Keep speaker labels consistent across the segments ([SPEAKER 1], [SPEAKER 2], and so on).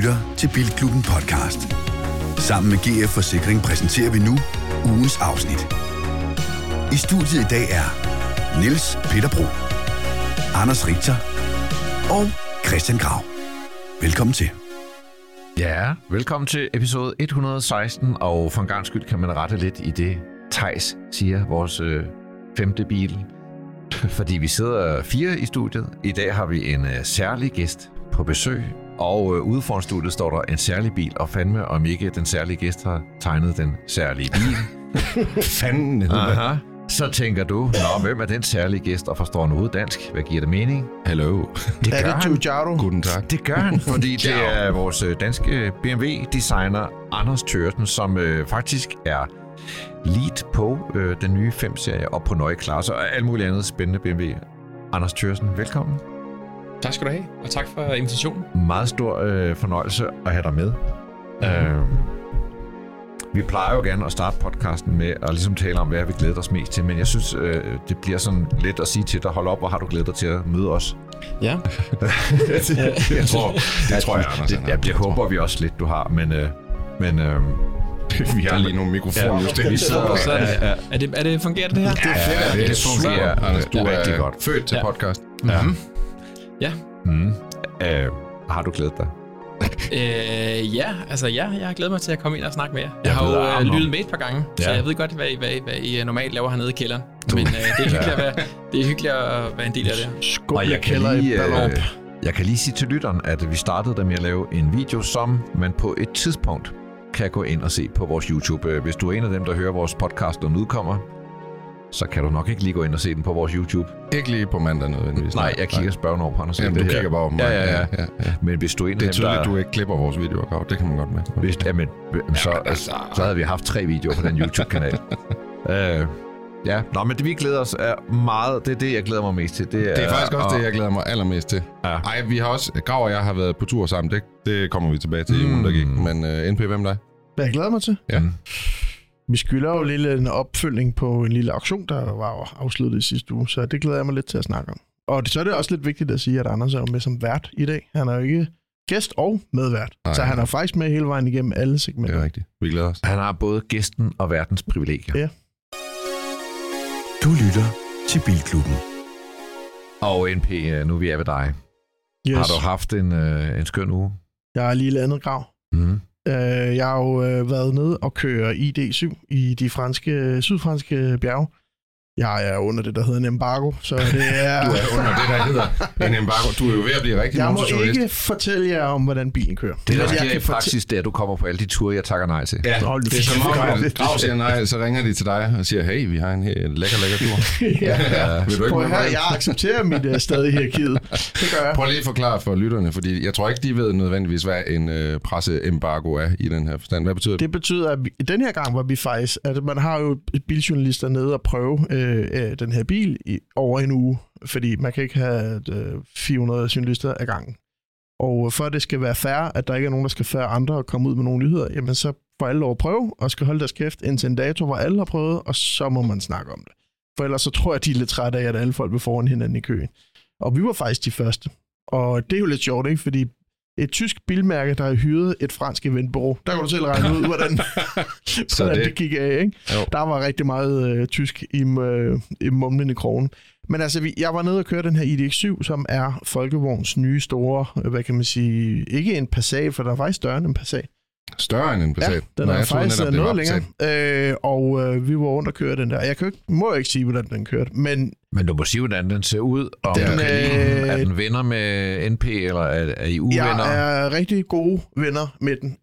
[SPEAKER 1] lytter til Bilklubben podcast. Sammen med GF Forsikring præsenterer vi nu ugens afsnit. I studiet i dag er Niels Peter Bro, Anders Richter og Christian Grav. Velkommen til.
[SPEAKER 2] Ja, velkommen til episode 116, og for en gang skyld kan man rette lidt i det, Theis siger, vores femte bil. Fordi vi sidder 4 i studiet. I dag har vi en særlig gæst på besøg, og ude foran studiet står der en særlig bil, og fandme om ikke den særlige gæst har tegnet den særlige bil.
[SPEAKER 3] Fanden.
[SPEAKER 2] Aha. Så tænker du, hvem er den særlige gæst, og forstår noget dansk? Hvad giver det mening?
[SPEAKER 3] Hello.
[SPEAKER 2] Det gør han.
[SPEAKER 3] Guten Tag.
[SPEAKER 2] Det gør han, fordi det er vores danske BMW-designer Anders Thøgersen, som faktisk er lead på den nye 5-serie og på Neue Klasse og alt muligt andet spændende BMW. Anders Thøgersen, velkommen.
[SPEAKER 4] Tak skal du have, og tak for invitationen.
[SPEAKER 2] Meget stor fornøjelse at have dig med. Vi plejer jo gerne at starte podcasten med at ligesom tale om, hvad vi glæder os mest til, men jeg synes, det bliver sådan let at sige til dig, hold op, hvor har du glædet dig til at møde os?
[SPEAKER 4] Ja.
[SPEAKER 3] jeg tror jeg, Anders.
[SPEAKER 2] Det håber vi også lidt, du har, men
[SPEAKER 3] vi har lige nogle mikrofonjusteringer.
[SPEAKER 4] Er det fungerer det her?
[SPEAKER 3] Det fungerer. Anders, du er
[SPEAKER 2] rigtig godt.
[SPEAKER 3] Født til podcast.
[SPEAKER 4] Ja.
[SPEAKER 2] Har du glædet dig?
[SPEAKER 4] Jeg har glædet mig til at komme ind og snakke med jer. Jeg har jo lyttet med et par gange, så jeg ved godt, hvad I normalt laver hernede i kælderen. Men det er hyggeligt at være en del af det.
[SPEAKER 2] Og jeg kan lige sige til lytteren, at vi startede med at lave en video, som man på et tidspunkt kan gå ind og se på vores YouTube. Hvis du er en af dem, der hører vores podcast, når den udkommer, så kan du nok ikke lige gå ind og se den på vores YouTube.
[SPEAKER 3] Ikke lige på mandag nødvendigvis.
[SPEAKER 2] Nej, jeg kigger spørgende over på Anders.
[SPEAKER 3] Jamen, du kigger bare over på mig.
[SPEAKER 2] Ja. Men hvis du er en
[SPEAKER 3] det er
[SPEAKER 2] af dem,
[SPEAKER 3] tydeligt, at du ikke klipper vores videoer. Det kan man godt med.
[SPEAKER 2] Så havde vi haft 3 videoer på den YouTube-kanal. Men det vi glæder os er meget. Det er det, jeg glæder mig mest til.
[SPEAKER 3] Det er faktisk også det, jeg glæder mig allermest til.
[SPEAKER 2] Ja.
[SPEAKER 3] Ej, vi har også... Grav og jeg har været på tur sammen. Det kommer vi tilbage til i ugen, der gik. Men NP, hvem dig?
[SPEAKER 5] Hvad jeg glæder mig til?
[SPEAKER 3] Ja.
[SPEAKER 5] Vi skylder jo en opfølgning på en lille auktion, der var afsluttet i sidste uge, så det glæder jeg mig lidt til at snakke om. Og så er det også lidt vigtigt at sige, at Anders er jo med som vært i dag. Han er jo ikke gæst og medvært, så han er faktisk med hele vejen igennem alle segmenter.
[SPEAKER 3] Det er rigtigt. Vi glæder os.
[SPEAKER 2] Han har både gæsten og værtens privilegier.
[SPEAKER 5] Ja.
[SPEAKER 1] Du lytter til Bilklubben.
[SPEAKER 2] Og NP, nu er vi ved dig.
[SPEAKER 5] Yes.
[SPEAKER 2] Har du haft en skøn uge?
[SPEAKER 5] Jeg har lige landet Grav. Jeg har jo været nede og køre ID7 i de sydfranske bjerge. Jeg er under det, der hedder en embargo, så det er...
[SPEAKER 3] Du er under det, der hedder en embargo. Du er jo ved at blive rigtig motorjournalist.
[SPEAKER 5] Jeg må ikke fortælle jer om, hvordan bilen kører.
[SPEAKER 2] Det der sker i praksis, det er, at du kommer på alle de ture, jeg takker nej til.
[SPEAKER 3] Ja, det er som om, at Grav siger nej, så ringer de til dig og siger, hey, vi har en lækker tur.
[SPEAKER 5] Vil du ikke med mig? Jeg accepterer mit stadig hierarkiet. Det gør jeg.
[SPEAKER 3] Prøv lige at forklare for lytterne, fordi jeg tror ikke, de ved nødvendigvis, hvad en presseembargo er i den her forstand. Hvad betyder det?
[SPEAKER 5] Det betyder, at den her gang var vi faktisk, at man har jo biljournalister nede og prøve den her bil over en uge, fordi man kan ikke have 400 journalister ad gangen. Og for at det skal være fair, at der ikke er nogen, der skal færre andre og komme ud med nogle nyheder, jamen så får alle lov at prøve, og skal holde deres kæft indtil en dato, hvor alle har prøvet, og så må man snakke om det. For ellers så tror jeg, de er lidt trætte af, at alle folk vil foran hinanden i køen. Og vi var faktisk de første. Og det er jo lidt sjovt, ikke? Fordi et tysk bilmærke, der har hyret et fransk eventbureau. Der kan du selv regne ud, hvordan det gik af, ikke? Jo. Der var rigtig meget tysk i mumlen i krogen. Men altså, jeg var nede og køre den her IDX7, som er Folkevogns nye store, hvad kan man sige, ikke en Passat, for der er faktisk større end en Passat.
[SPEAKER 3] Større end en Passat?
[SPEAKER 5] Ja, den er faktisk noget længere. Og vi var rundt og køre den der. Jeg må ikke sige, hvordan den kørte, men
[SPEAKER 2] du må sige, hvordan den ser ud, og er den venner med NP, eller er I uvenner?
[SPEAKER 5] Jeg er rigtig gode venner med den,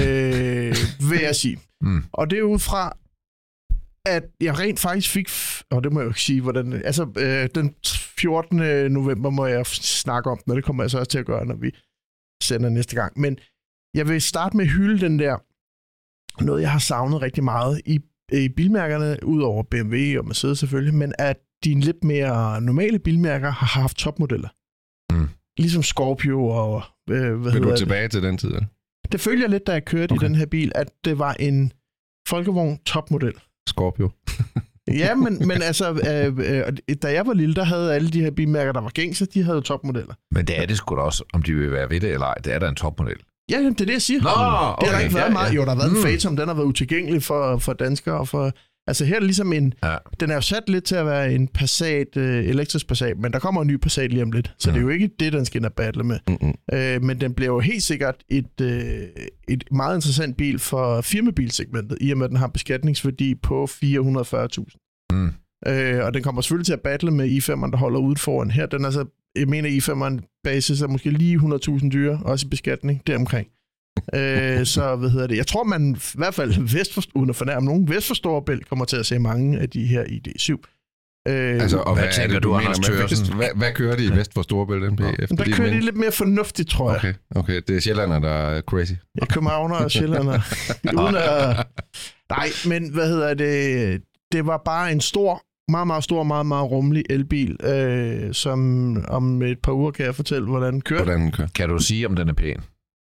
[SPEAKER 5] vil jeg sige. Og det er ud fra, at jeg rent faktisk fik, og det må jeg jo ikke sige, hvordan, altså den 14. november må jeg snakke om den, og det kommer jeg så også til at gøre, når vi sender næste gang. Men jeg vil starte med at hylde den der, noget jeg har savnet rigtig meget i bilmærkerne, udover BMW og Mercedes selvfølgelig, men at de lidt mere normale bilmærker har haft topmodeller. Ligesom Scorpio og
[SPEAKER 3] Vil du tilbage til den tid? Eller?
[SPEAKER 5] Det følger lidt, da jeg kørte i den her bil, at det var en Folkevogn topmodel.
[SPEAKER 3] Scorpio.
[SPEAKER 5] Ja, men altså, da jeg var lille, der havde alle de her bilmærker, der var gængse, de havde topmodeller.
[SPEAKER 2] Men det er det sgu da også, om de vil være ved det eller ej. Det er da en topmodel.
[SPEAKER 5] Ja, det er det, jeg siger.
[SPEAKER 2] Nå, okay.
[SPEAKER 5] Det har der ikke været meget. Jo, der har været en Phantom, den har været utilgængelig for danskere. Og for, altså her er ligesom en... Ja. Den er jo sat lidt til at være en Passat, elektrisk Passat, men der kommer en ny Passat lige om lidt. Så det er jo ikke det, den skal ind og battle med. Men den bliver jo helt sikkert et meget interessant bil for firmabilsegmentet, i og med, at den har beskatningsværdi på 440.000. Og den kommer selvfølgelig til at battle med i5'eren, der holder ude foran her. Den er så, jeg mener, i5'eren basis er måske lige 100.000 dyre, også i beskatning, deromkring. Så jeg tror, man i hvert fald uden at fornærme nogen, vest for Storebælt kommer til at se mange af de her ID7.
[SPEAKER 3] Og hvad tænker du, Anders Tørsen? Hvad kører de i vest for Storebælt?
[SPEAKER 5] Der kører de lidt mere fornuftigt, tror jeg.
[SPEAKER 3] Okay. Det er sjællander, der er crazy.
[SPEAKER 5] Ja, københavner og sjællander. Uden at... Nej, men det var bare en stor, meget, meget stor, meget, meget rummelig elbil, som om et par uger kan jeg fortælle, hvordan den kører.
[SPEAKER 2] Kan du sige, om den er pæn?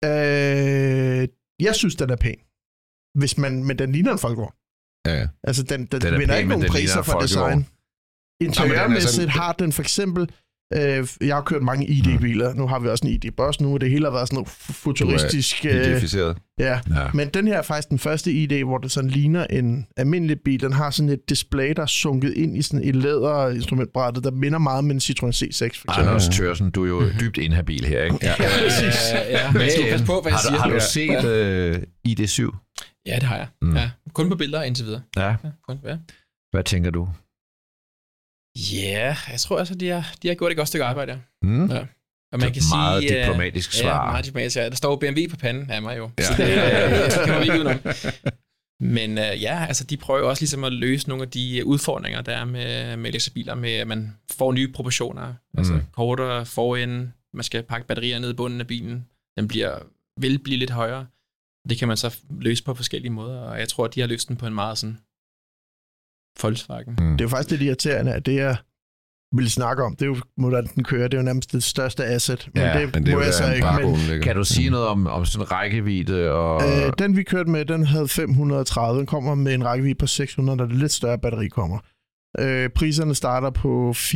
[SPEAKER 5] Jeg synes, den er pæn. Men den ligner en Folkevogn.
[SPEAKER 3] Ja.
[SPEAKER 5] Altså, den vinder ikke nogen priser for design. Interiørmæssigt har den for eksempel... jeg har kørt mange ID-biler. Nu har vi også en ID-boss nu, og det hele har været sådan noget futuristisk...
[SPEAKER 3] identificeret.
[SPEAKER 5] Ja, men den her er faktisk den første ID, hvor det sådan ligner en almindelig bil. Den har sådan et display, der er sunket ind i sådan et læderinstrumentbrættet, der minder meget om en Citroën C6, for eksempel.
[SPEAKER 2] Anders Tørsen, du er jo dybt inhabil her, ikke?
[SPEAKER 4] Ja, præcis. På, hvad jeg siger.
[SPEAKER 2] Har du set ID7?
[SPEAKER 4] Ja, det har jeg. Ja. Kun på billeder indtil videre.
[SPEAKER 2] Ja.
[SPEAKER 4] Ja.
[SPEAKER 2] Hvad tænker du?
[SPEAKER 4] Ja, jeg tror altså, de har gjort et godt stykke arbejde. Ja. Og man kan
[SPEAKER 2] meget
[SPEAKER 4] sige,
[SPEAKER 2] diplomatisk svar.
[SPEAKER 4] Ja, meget diplomatisk. Ja. Der står BMW på panden af mig jo. Ja. Så det kan man ikke udenom. Men altså, de prøver også ligesom at løse nogle af de udfordringer, der er med elektribiler, med at man får nye proportioner. Altså kortere forende, man skal pakke batterier ned i bunden af bilen. Den vil blive lidt højere. Det kan man så løse på forskellige måder, og jeg tror, at de har løst den på en meget sådan Volkswagen.
[SPEAKER 5] Det er jo faktisk lidt irriterende, at det jeg vil snakke om, det er jo, hvordan den kører, det er jo nærmest det største asset, men det må jeg så ikke.
[SPEAKER 2] Men kan du sige noget om sådan en rækkevidde? Og...
[SPEAKER 5] den vi kørte med, den havde 530, den kommer med en rækkevidde på 600, der det lidt større batteri kommer. Priserne starter på 480.000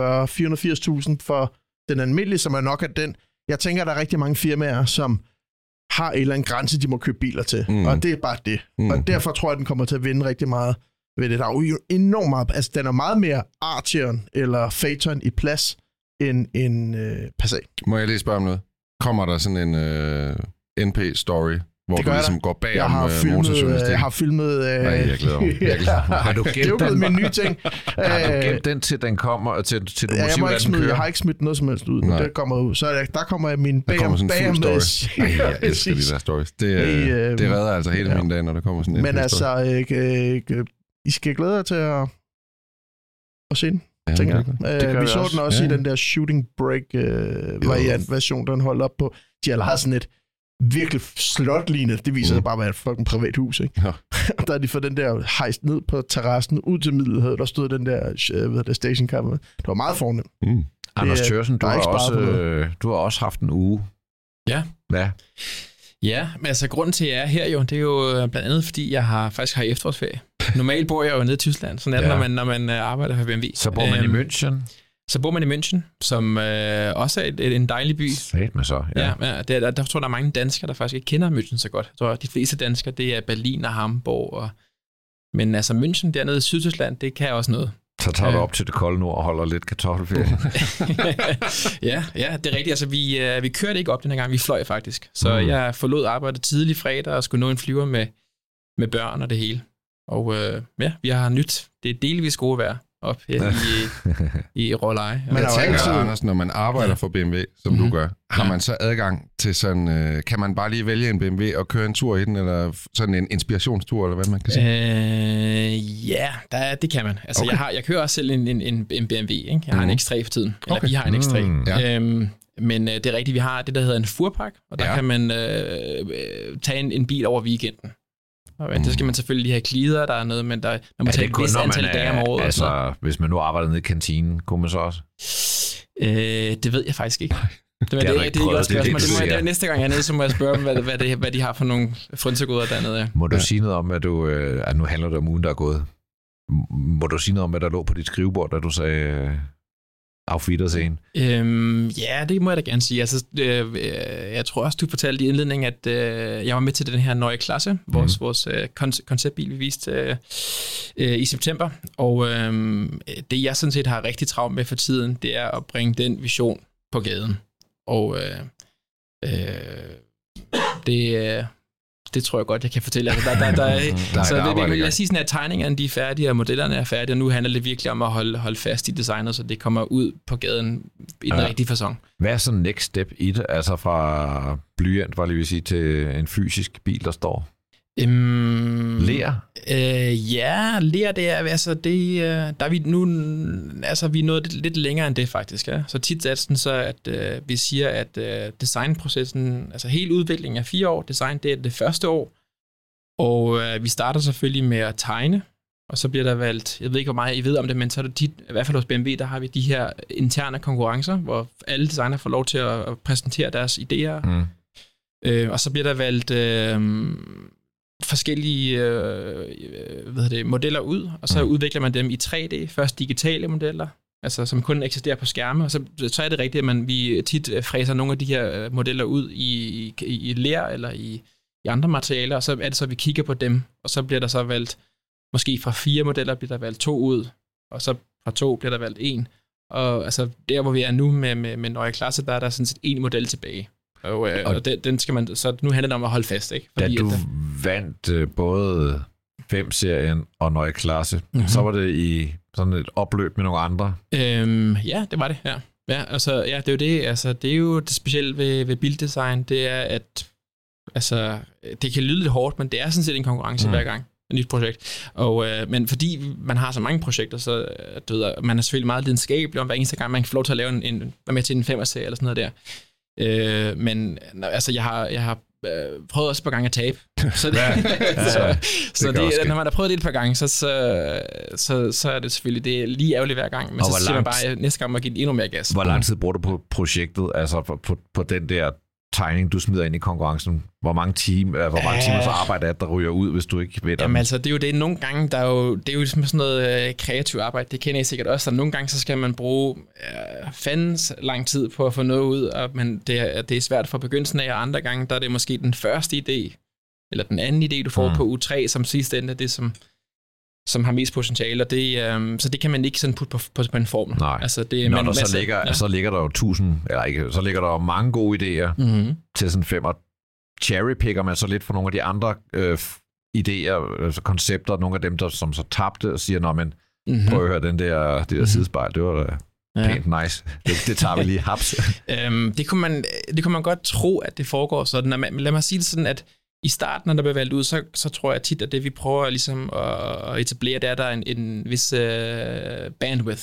[SPEAKER 5] for den almindelige, som er nok af den. Jeg tænker, der er rigtig mange firmaer, som har en eller anden grænse, de må købe biler til, og det er bare det. Og derfor tror jeg, den kommer til at vinde rigtig meget ved det. Der er jo enormt meget, altså den er meget mere Arteon eller Phaeton i plads end en Passat.
[SPEAKER 3] Må jeg lige spørge om noget? Kommer der sådan en NP-story, hvor du ligesom går bag om motorjournalistik?
[SPEAKER 5] Jeg har filmet...
[SPEAKER 3] Nej, jeg glæder mig.
[SPEAKER 2] Har du gemt
[SPEAKER 5] den? Min nye ting.
[SPEAKER 2] Har du gemt den, til den kommer, til du må sige, hvordan den kører?
[SPEAKER 5] Jeg har ikke smidt noget som helst ud, men det kommer ud. Så der kommer min
[SPEAKER 3] bagom story. Jeg elsker de der stories. Det redder altså hele min dag, når der kommer sådan en
[SPEAKER 5] men altså, I skal glæde jer til at se den, tænker jeg. Vi så den også i den der Shooting Break version, den holdt op på. De har sådan et virkelig slot-lignende. Det viser sig bare at være et fucking privat hus, ikke? Ja. Der er de for den der hejst ned på terrassen ud til Middelhavet, der stod den der stationkammer. Det var meget fornemt.
[SPEAKER 2] Anders Tørsen, du har også haft en uge.
[SPEAKER 4] Ja.
[SPEAKER 2] Hvad?
[SPEAKER 4] Ja, men altså grunden til, at jeg er her jo, det er jo blandt andet, fordi jeg faktisk har efterårsferie. Normalt bor jeg jo nede i Tyskland, sådan er det, når man arbejder for BMW.
[SPEAKER 2] Så bor man i München?
[SPEAKER 4] Så bor man i München, som også er en dejlig by.
[SPEAKER 2] Sæt med så, ja.
[SPEAKER 4] Der tror jeg, der er mange danskere, der faktisk ikke kender München så godt. Jeg tror, de fleste danskere, det er Berlin og Hamburg. Men altså München dernede i Sydtyskland, det kan også noget.
[SPEAKER 2] Så tager du op til det kolde nord og holder lidt kartoffelferie.
[SPEAKER 4] ja, det er rigtigt. Altså, vi kørte ikke op den her gang, vi fløj faktisk. Så jeg forlod arbejdet tidlig fredag og skulle nå en flyver med børn og det hele. Og vi har nyt. Det er delvis gode vejr op her i Råleje.
[SPEAKER 3] Men jeg tænker, Anders, når man arbejder for BMW, som du gør, har man så adgang til sådan, kan man bare lige vælge en BMW og køre en tur i den, eller sådan en inspirationstur, eller hvad man kan sige?
[SPEAKER 4] Det kan man. Altså, okay. Jeg kører også selv en BMW, ikke? Jeg har en X3 for tiden. Eller vi har en X3. Men det er rigtigt, vi har det, der hedder en Fuhrpark, og der kan man tage en bil over weekenden. Og det skal man selvfølgelig lige have klider, der er noget, men man må tage et vist antal dage om året.
[SPEAKER 2] Altså, hvis man nu arbejder nede i kantinen, kunne man så også?
[SPEAKER 4] Det ved jeg faktisk ikke. Det er ikke godt spørgsmål. Næste gang jeg er nede, så må jeg spørge dem, hvad de har for nogle frynsegoder dernede. Ja.
[SPEAKER 2] Må du sige noget om, at nu handler det om ugen, der er gået. Må du sige noget om, hvad der lå på dit skrivebord, da du sagde... Auf-Wiedersehen.
[SPEAKER 4] Ja, det må jeg da gerne sige. Altså, jeg tror også, du fortalte i indledningen, at jeg var med til den her Neue Klasse, vores konceptbil, vi viste i september. Og det, jeg sådan set har rigtig travlt med for tiden, det er at bringe den vision på gaden. Og det tror jeg godt, jeg kan fortælle. Altså, lad os sige sådan, at tegningerne de er færdige, og modellerne er færdige, og nu handler det virkelig om at holde fast i designet, så det kommer ud på gaden i den rigtige facon.
[SPEAKER 2] Hvad er så next step i det? Altså fra blyant, var lige vil sige, til en fysisk bil, der står? Ler?
[SPEAKER 4] Ja, ler, det er, altså det, der er vi nu, altså vi er nået lidt længere end det faktisk, ja. Så tit er det sådan så, at vi siger, at designprocessen, altså hele udviklingen er 4 år, design det er det første år, og vi starter selvfølgelig med at tegne, og så bliver der valgt, jeg ved ikke, hvor meget I ved om det, men så er det tit, i hvert fald hos BMW, der har vi de her interne konkurrencer, hvor alle designer får lov til at præsentere deres idéer, og så bliver der valgt forskellige modeller ud, og så udvikler man dem i 3D. Først digitale modeller, altså som kun eksisterer på skærme, og så er det rigtigt, at vi tit fræser nogle af de her modeller ud i ler eller i andre materialer, og så er det så, at vi kigger på dem, og så bliver der så valgt, måske fra 4 modeller bliver der valgt 2 ud, og så fra 2 bliver der valgt 1. Og altså der, hvor vi er nu med Neue Klasse, der er der sådan set 1 model tilbage. Og den skal man, så nu handler det om at holde fast, ikke? Fordi
[SPEAKER 2] da du vandt både 5-serien og Neue Klasse, så var det i sådan et opløb med nogle andre.
[SPEAKER 4] Ja, det var det, ja. Ja, altså, ja, det er jo det. Altså, det er jo det specielle ved bildesign, det er, at altså, det kan lyde lidt hårdt, men det er sådan set en konkurrence hver gang. Et nyt projekt. Men fordi man har så mange projekter, så du ved, man er selvfølgelig meget lidenskabelig om hver eneste gang, man kan få lov til at lave være med til en 5'er-serie eller sådan noget der. Men altså, jeg har prøvet også et par gange at tabe. Så når man har prøvet det et par gange, så er det selvfølgelig det er lige ærgerligt hver gang. Men så siger man bare, næste gang må give endnu mere gas.
[SPEAKER 2] Hvor lang tid bruger du på projektet, altså på den der tegning, du smider ind i konkurrencen? Hvor mange timer så arbejde er der ryger ud, hvis du ikke ved det?
[SPEAKER 4] Jamen altså, det er jo det. Nogle gange, det er jo ligesom sådan noget kreativt arbejde, det kender I sikkert også. Så nogle gange, så skal man bruge fandens lang tid på at få noget ud, men det er svært fra begyndelsen af, og andre gange, der er det måske den første idé, eller den anden idé, du får på uge 3, som sidste ende er det, som har mest potentiale, og det, så det kan man ikke sådan putte på en formel.
[SPEAKER 2] Nej.
[SPEAKER 4] Altså, det,
[SPEAKER 2] men så ligger der jo 1000, eller ikke, så ligger der jo mange gode idéer til sådan 5, og cherrypicker man så lidt for nogle af de andre idéer, altså koncepter, nogle af dem, der som så tabte, og siger, nå, men prøv at høre det der sidespejl, det var da pænt nice. Det tager vi lige haps.
[SPEAKER 4] Det kunne man godt tro, at det foregår sådan. Lad mig sige det sådan, at i starten, når der bliver valgt ud, så tror jeg tit, at det vi prøver ligesom at etablere, det er der en vis bandwidth.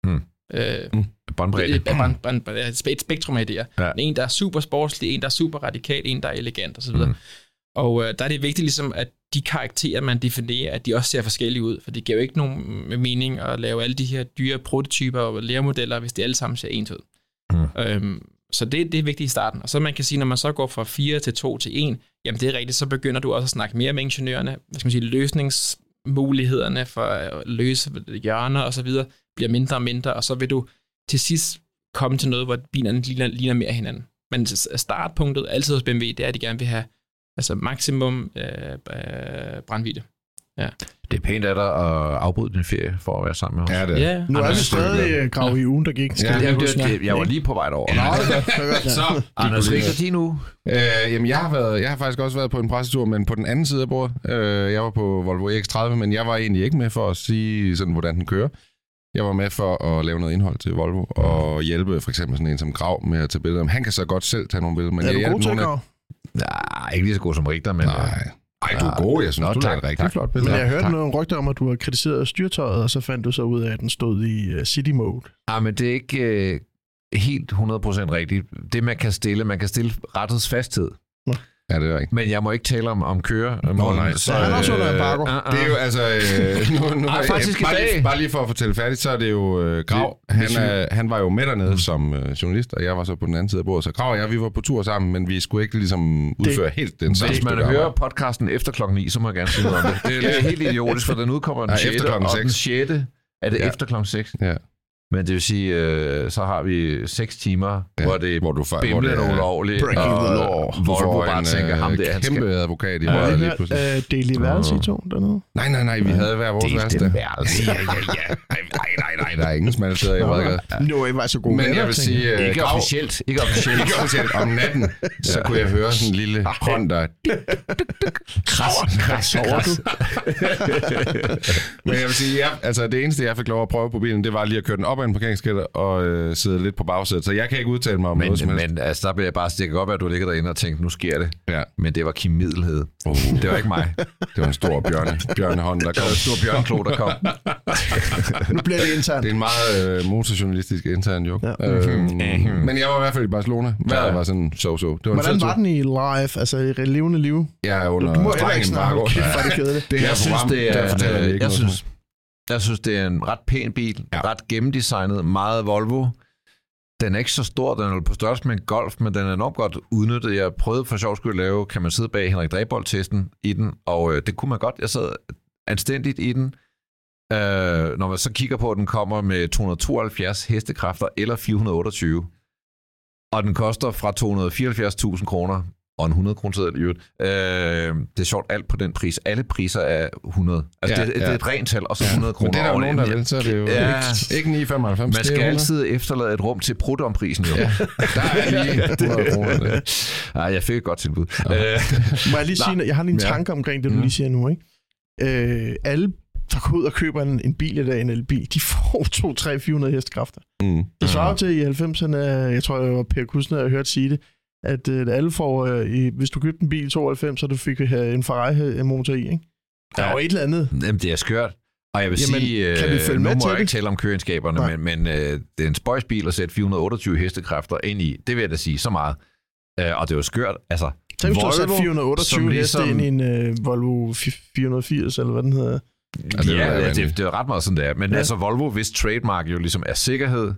[SPEAKER 2] Båndbredde.
[SPEAKER 4] Et spektrum af idéer. Ja. En, der er super sportslig, en, der er super radikal, en, der er elegant osv. Og der er det vigtigt ligesom, at de karakterer, man definerer, at de også ser forskellige ud. For det giver jo ikke nogen mening at lave alle de her dyre prototyper og læremodeller, hvis de alle sammen ser ens ud. Så det er vigtigt i starten. Og så man kan sige, når man så går fra 4 til 2 til 1, jamen det er rigtigt, så begynder du også at snakke mere med ingeniørerne. Hvad skal man sige, løsningsmulighederne for at løse hjørner og så videre bliver mindre og mindre, og så vil du til sidst komme til noget, hvor bilerne ligner mere hinanden. Men startpunktet altid hos BMW, det er, at de gerne vil have altså maksimum brændvidde. Ja.
[SPEAKER 2] Det er pænt af dig at afbryde din ferie for at være sammen med os.
[SPEAKER 3] Ja, det er.
[SPEAKER 5] Nu er vi stadig grav i ugen, der gik.
[SPEAKER 2] Jeg var lige på vej derover. Så, Anders, hvad er din uge?
[SPEAKER 3] Jamen, jeg har faktisk også været på en pressetur, men på den anden side af bordet. Jeg var på Volvo EX30, men jeg var egentlig ikke med for at sige, sådan, hvordan den kører. Jeg var med for at lave noget indhold til Volvo, og hjælpe for eksempel sådan en som Grav med at tage billeder. Han kan så godt selv tage nogle billeder. Men
[SPEAKER 5] er du god til, Grav?
[SPEAKER 2] Nej, ikke lige så god som Richter, men...
[SPEAKER 3] Ej, du er god. Jeg synes, du tager et rigtig flot billede.
[SPEAKER 5] Men jeg hørte nogle rygter om, at du har kritiseret styrtøjet, og så fandt du så ud af, at den stod i city mode.
[SPEAKER 2] Ja, men det er ikke helt 100% rigtigt. Det, man kan stille rettighedsfasthed.
[SPEAKER 3] Ja, det er rigtigt.
[SPEAKER 2] Men jeg må ikke tale om køre.
[SPEAKER 3] Nej.
[SPEAKER 5] Så han er også under embargo.
[SPEAKER 3] Det er jo altså...
[SPEAKER 2] faktisk
[SPEAKER 3] bare lige for at fortælle færdigt, så er det jo Grav. Han var jo med dernede som journalist, og jeg var så på den anden side af bordet. Så Grav og jeg, vi var på tur sammen, men vi skulle ikke ligesom udføre helt den samme.
[SPEAKER 2] Hvis man hører podcasten efter klokken 9, så må jeg gerne sige noget om det. Det er helt idiotisk, for den udkommer den 6. Og den 6. er det efter klokken 6.
[SPEAKER 3] Ja.
[SPEAKER 2] Men det vil sige, så har vi 6 timer, hvor det er bimlende ulovligt, og Volvo bare tænker, ham der, han skal...
[SPEAKER 3] kæmpe advokat i røret lige pludselig.
[SPEAKER 5] Del i værelse i to dernede?
[SPEAKER 3] Nej, vi havde hver vores værelse.
[SPEAKER 2] Del værelse.
[SPEAKER 3] Ja. Nej, der er ingen smalle steder i Rødgade.
[SPEAKER 5] Nu er I bare så gode.
[SPEAKER 3] Men jeg vil sige...
[SPEAKER 2] Ikke officielt.
[SPEAKER 3] Om natten, så kunne jeg høre sådan en lille hånd, der...
[SPEAKER 2] Kras over du.
[SPEAKER 3] Men jeg vil sige, altså det eneste, jeg fik lov at prøve på bilen, det var lige at køre den op ad en parkeringskælder og sidde lidt på bagsædet. Så jeg kan ikke udtale mig om noget som helst.
[SPEAKER 2] Men altså, der bliver jeg bare stikke op, at du ligger derinde og tænker, nu sker det.
[SPEAKER 3] Ja.
[SPEAKER 2] Men det var Kim Middelhed. Det var ikke mig.
[SPEAKER 3] Det var en stor bjørnehånd, der kom.
[SPEAKER 2] En stor bjørnklo, der kom.
[SPEAKER 5] Nu bliver det internt.
[SPEAKER 3] Det er en meget motorjournalistisk intern joke. Ja. Men jeg var i hvert fald i Barcelona. Vejret var sådan so-so.
[SPEAKER 5] Hvordan var den i live, altså i levende liv?
[SPEAKER 3] Jeg er under strengen embargo.
[SPEAKER 2] Jeg synes, det er en ret pæn bil. Ret gennemdesignet. Meget Volvo. Den er ikke så stor, den er på størrelse med en Golf, men den er nok godt udnyttet. Jeg prøvede for sjov skyld at lave, kan man sidde bag Henrik Drebold-testen i den, og det kunne man godt. Jeg sad anstændigt i den. Når man så kigger på, at den kommer med 272 hestekræfter eller 428, og den koster fra 274.000 kroner og en 100 kroner i øvrigt. Det er sjovt, alt på den pris. Alle priser er 100. Altså det er et rent tal, og så 100 kroner.
[SPEAKER 3] Men det er der jo nogen, der vil, så er det jo ikke 9,95.
[SPEAKER 2] Man skal altid efterlade et rum til prut-om-prisen. Jo.
[SPEAKER 3] Ja, der er lige 100 kroner.
[SPEAKER 2] Nej, jeg fik et godt tilbud.
[SPEAKER 5] Må jeg lige sige, jeg har lige en tanke omkring det, du lige siger nu, ikke? Alle, der går ud og køber en bil i dag, en elbil, de får 200-400 hestekræfter. Det svarer til i 90'erne, jeg tror, det var Per Kusner, jeg hørte sige det, at alle får, hvis du købte en bil i 92, så du fik en Ferrari-motor i, ikke? Der er jo et eller andet.
[SPEAKER 2] Jamen, det er skørt. Og jeg vil sige,
[SPEAKER 5] kan vi følge med
[SPEAKER 2] nu må
[SPEAKER 5] til
[SPEAKER 2] jeg ikke tale om køreegenskaberne, men det er en spøjsbil at sætte 428 hestekræfter ind i. Det vil jeg da sige så meget. Og det er jo skørt. Altså,
[SPEAKER 5] så hvis du har sat 428 heste ind i en Volvo 480, eller hvad den hedder.
[SPEAKER 2] Det er ret meget sådan, det er. Men altså, Volvo, hvis trademark jo ligesom er sikkerhed...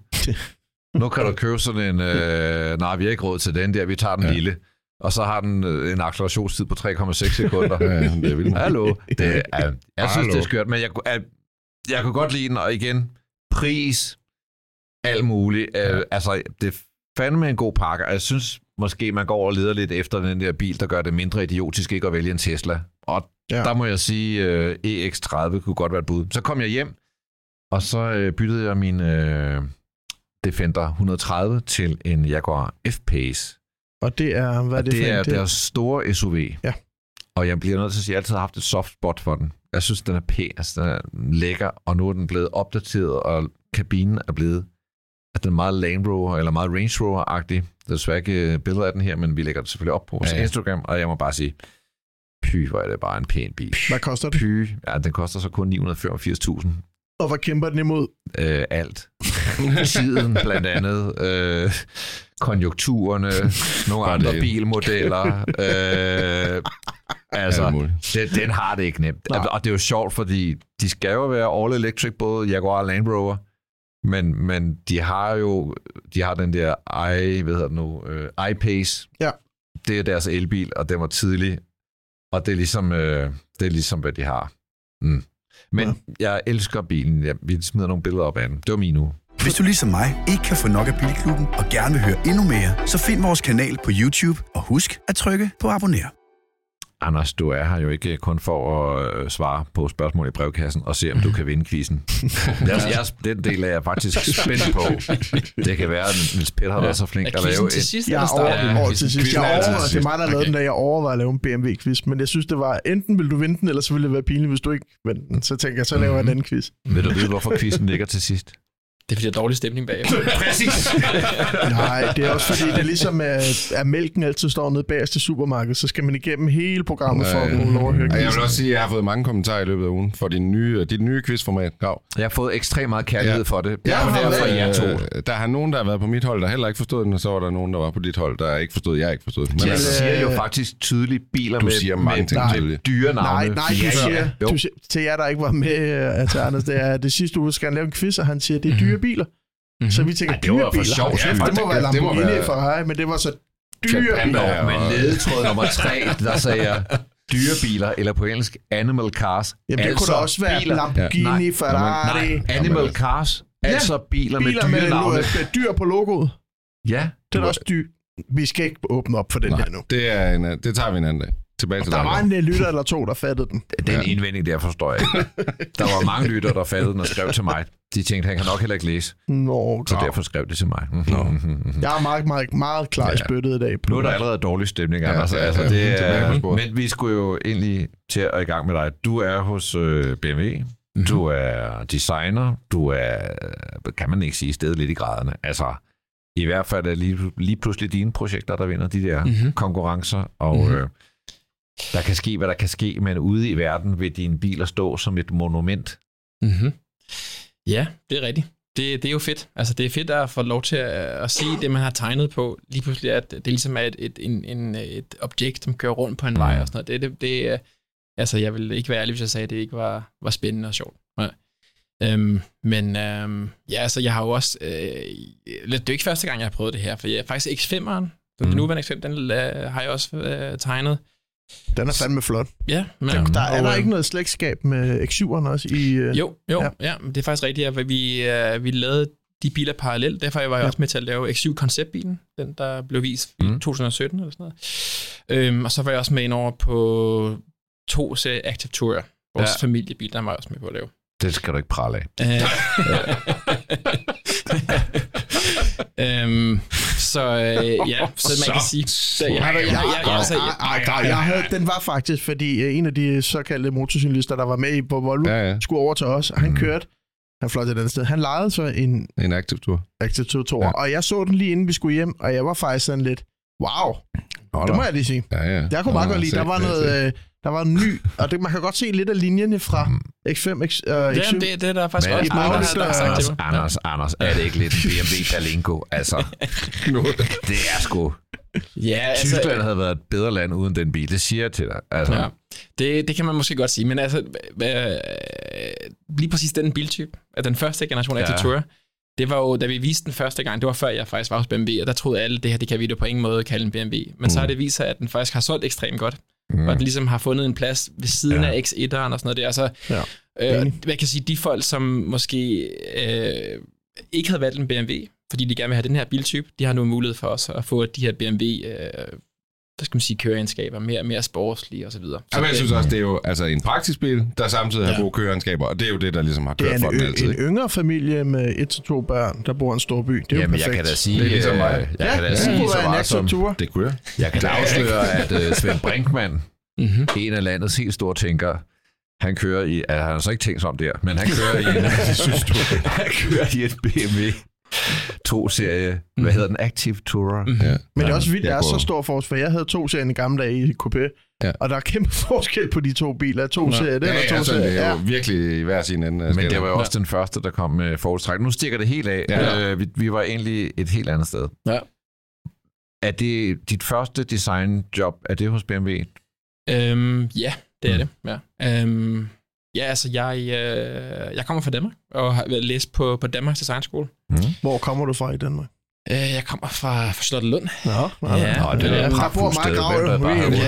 [SPEAKER 2] Nu kan du købe sådan en, nej, vi har ikke råd til den der, vi tager den lille. Og så har den en accelerationstid på 3,6 sekunder.
[SPEAKER 3] Det er vildt.
[SPEAKER 2] Hallo. Jeg synes, det er skørt, men jeg kunne godt lide den, og igen, pris, alt muligt. Altså, det er fandme en god pakke, og jeg synes måske, man går og leder lidt efter den der bil, der gør det mindre idiotisk ikke at vælge en Tesla. Og der må jeg sige, EX30 kunne godt være et bud. Så kom jeg hjem, og så byttede jeg min... Defender 130 til en Jaguar F-Pace.
[SPEAKER 5] Og det er, hvad er det for en?
[SPEAKER 2] Det er deres store SUV.
[SPEAKER 5] Ja.
[SPEAKER 2] Og jeg bliver nødt til at sige, at jeg altid har haft et soft spot for den. Jeg synes, den er pæn, altså, den er lækker, og nu er den blevet opdateret, og kabinen er blevet, at den er meget Land Rover, eller meget Range Rover-agtig. Der er desværre ikke billeder af den her, men vi lægger det selvfølgelig op på vores Instagram, og jeg må bare sige, hvor er det bare en pæn bil.
[SPEAKER 5] Hvad koster det?
[SPEAKER 2] Den koster så kun 985.000.
[SPEAKER 5] Og hvad kæmper den imod?
[SPEAKER 2] Alt. Tiden blandt andet. Konjunkturerne. Nogle andre bilmodeller. Den har det ikke nemt. Nej. Og det er jo sjovt, fordi de skal jo være all electric, både Jaguar og Land Rover. Men de har den der I-Pace. Ja. Det er deres elbil, og den var tidlig. Og det er ligesom hvad de har. Men jeg elsker bilen. Vi smider nogle billeder op af den. Det var min uge.
[SPEAKER 1] Hvis du ligesom mig ikke kan få nok af Bilklubben og gerne vil høre endnu mere, så find vores kanal på YouTube og husk at trykke på abonner.
[SPEAKER 2] Anders, du er her jo ikke kun for at svare på spørgsmål i brevkassen og se, om du kan vinde quizzen. Den del er jeg faktisk spændt på. Det kan være, at Niels Peter har været så flink at lave
[SPEAKER 4] til sidst.
[SPEAKER 5] Det er mig, der lavede den, da jeg overvejede at lave en BMW-quiz. Men jeg synes, det var, enten vil du vinde den, eller så ville det være pinligt, hvis du ikke vinder den. Så tænker jeg, så laver jeg en anden quiz.
[SPEAKER 2] Vil du vide, hvorfor quizzen ligger til sidst?
[SPEAKER 4] Det er fordi, der er dårlig stemning bag.
[SPEAKER 2] Præcis.
[SPEAKER 5] Nej, det er også fordi, det er ligesom, at mælken altid står nede bagerst i supermarkedet, så skal man igennem hele programmet for at få lov at høre.
[SPEAKER 3] Jeg vil også sige, at jeg har fået mange kommentarer i løbet af ugen for dit nye quizformat. Grav.
[SPEAKER 2] Jeg har fået ekstremt meget kærlighed for det.
[SPEAKER 3] Der er nogen, der har været på mit hold, der heller ikke forstod den, og så var der nogen, der var på dit hold, der ikke forstod, jeg ikke forstod den.
[SPEAKER 2] Men jeg siger jo faktisk tydeligt biler
[SPEAKER 3] med
[SPEAKER 2] dyre navne.
[SPEAKER 5] Nej, du siger til jer, der ikke var med, til Anders, det sidste uge skal han lave en quiz, og han siger, det er dyre biler. Så vi tænker,
[SPEAKER 2] det var for sjovt.
[SPEAKER 5] Det må være Lamborghini Ferrari, men det var så dyre biler.
[SPEAKER 2] Men ledetråd nummer 3, der sagde jeg dyre biler, eller på engelsk animal cars.
[SPEAKER 5] Jamen det kunne da også være Lamborghini, Ferrari.
[SPEAKER 2] Nej, animal cars Altså biler med dyrenavne.
[SPEAKER 5] Med dyr på logoet.
[SPEAKER 2] Ja.
[SPEAKER 5] Det er også dyr. Vi skal ikke åbne op for den her nu.
[SPEAKER 3] Det tager vi en anden dag. Tilbage til
[SPEAKER 5] der var en lytter eller to, der fattede den.
[SPEAKER 2] Den indvending der forstår jeg ikke. Der var mange lytter, der fattede den og skrev til mig. De tænkte, han kan nok heller ikke læse. Så derfor skrev de til mig.
[SPEAKER 5] Jeg er meget, meget, meget klar i spyttet i dag.
[SPEAKER 2] Nu er der allerede dårlig stemning, Anders. Men vi skulle jo egentlig til at i gang med dig. Du er hos BMW. Du er designer. Du er, kan man ikke sige, stedet lidt i graderne. Altså, i hvert fald er lige pludselig dine projekter, der vinder de der konkurrencer. Og der kan ske, hvad der kan ske, men ude i verden vil dine biler stå som et monument.
[SPEAKER 4] Ja, det er rigtigt. Det er jo fedt. Altså, det er fedt at få lov til at se det, man har tegnet på. Lige pludselig, at det ligesom er et objekt, som kører rundt på en vej og sådan noget. Altså, jeg vil ikke være ærlig, hvis jeg sagde, at det ikke var spændende og sjovt. Ja. Altså, jeg har jo også... det er jo ikke første gang, jeg har prøvet det her, for jeg er faktisk X5'eren. Den nuværende X5, den har jeg også tegnet.
[SPEAKER 5] Den er fandme flot.
[SPEAKER 4] Ja.
[SPEAKER 5] Er der ikke noget slægtskab med X7'eren også?
[SPEAKER 4] Jo. Ja, det er faktisk rigtigt, at vi lavede de biler parallelt. Derfor var jeg også med til at lave X7-konceptbilen, den der blev vist i 2017 eller sådan noget. Og så var jeg også med ind over på 2 serie Active Tourer. Vores familiebil, der var jeg også med på at lave.
[SPEAKER 2] Det skal du ikke prale af.
[SPEAKER 5] Så man kan sige... Den var faktisk, fordi en af de såkaldte motorcyklister, der var med på Volvo, skulle over til os. Han kørte, han fløj til et andet sted. Han lejede så en
[SPEAKER 3] Active Tour.
[SPEAKER 5] Active Tour. Og jeg så den lige inden vi skulle hjem, og jeg var faktisk sådan lidt, wow, det må jeg lige sige. Jeg kunne meget godt lide, der var noget... Der var en ny, og man kan godt se lidt af linjerne fra X5, X7.
[SPEAKER 4] Det er der faktisk også.
[SPEAKER 2] Anders, er det ikke lidt BMW Berlingo? Altså, det er sgu... Ja, Tyskland havde været et bedre land uden den bil, det siger jeg til dig. Altså.
[SPEAKER 4] Ja, det kan man måske godt sige, men altså, lige præcis den biltype, af den første generation Active Tourer, det var jo, da vi viste den første gang, det var før jeg faktisk var hos BMW, og der troede alle, det her, det kan vi da på ingen måde kalde en BMW. Men så har det vist sig, at den faktisk har solgt ekstremt godt. Og den ligesom har fundet en plads ved siden af X1'eren og sådan noget der. Altså, hvad kan sige, de folk, som måske ikke havde valgt en BMW, fordi de gerne vil have den her biltype, de har nu mulighed for os at få de her BMW køreegenskaber, mere sportslige og så videre.
[SPEAKER 3] Ja, men jeg synes også, det er jo altså en praktisk bil, der samtidig har gode køreegenskaber, og det er jo det, der ligesom har kørt for dem altid.
[SPEAKER 5] En yngre familie med 1-2 børn, der bor i en stor by, det er jo perfekt.
[SPEAKER 2] Jeg kan da sige, det er ligesom mig. Jeg kan da sige så meget som
[SPEAKER 3] det kunne
[SPEAKER 2] jeg kan da afsløre, at Svend Brinkmann, en af landets helt store tænkere, han kører i, han har så ikke tænkt sig om der, men han kører i et BMW 2-serie, hvad hedder den? Active Tourer.
[SPEAKER 5] Men det er også vildt, der er så stor forskel, for jeg havde 2-serien i gamle dage i coupé, og der er kæmpe forskel på de 2 biler. 2-serie, det
[SPEAKER 3] er jo virkelig i hver sin ende.
[SPEAKER 2] Men det var jo også den første, der kom med forholdstræk. Nu stikker det helt af. Vi var egentlig et helt andet sted. Ja. Er det dit første designjob, er det hos BMW?
[SPEAKER 4] Ja, det er det. Ja, altså jeg kommer fra Danmark og har læst på Danmarks Designskole.
[SPEAKER 5] Hvor kommer du fra i Danmark?
[SPEAKER 4] Jeg kommer fra Charlottenlund.
[SPEAKER 5] Det der bor meget grav.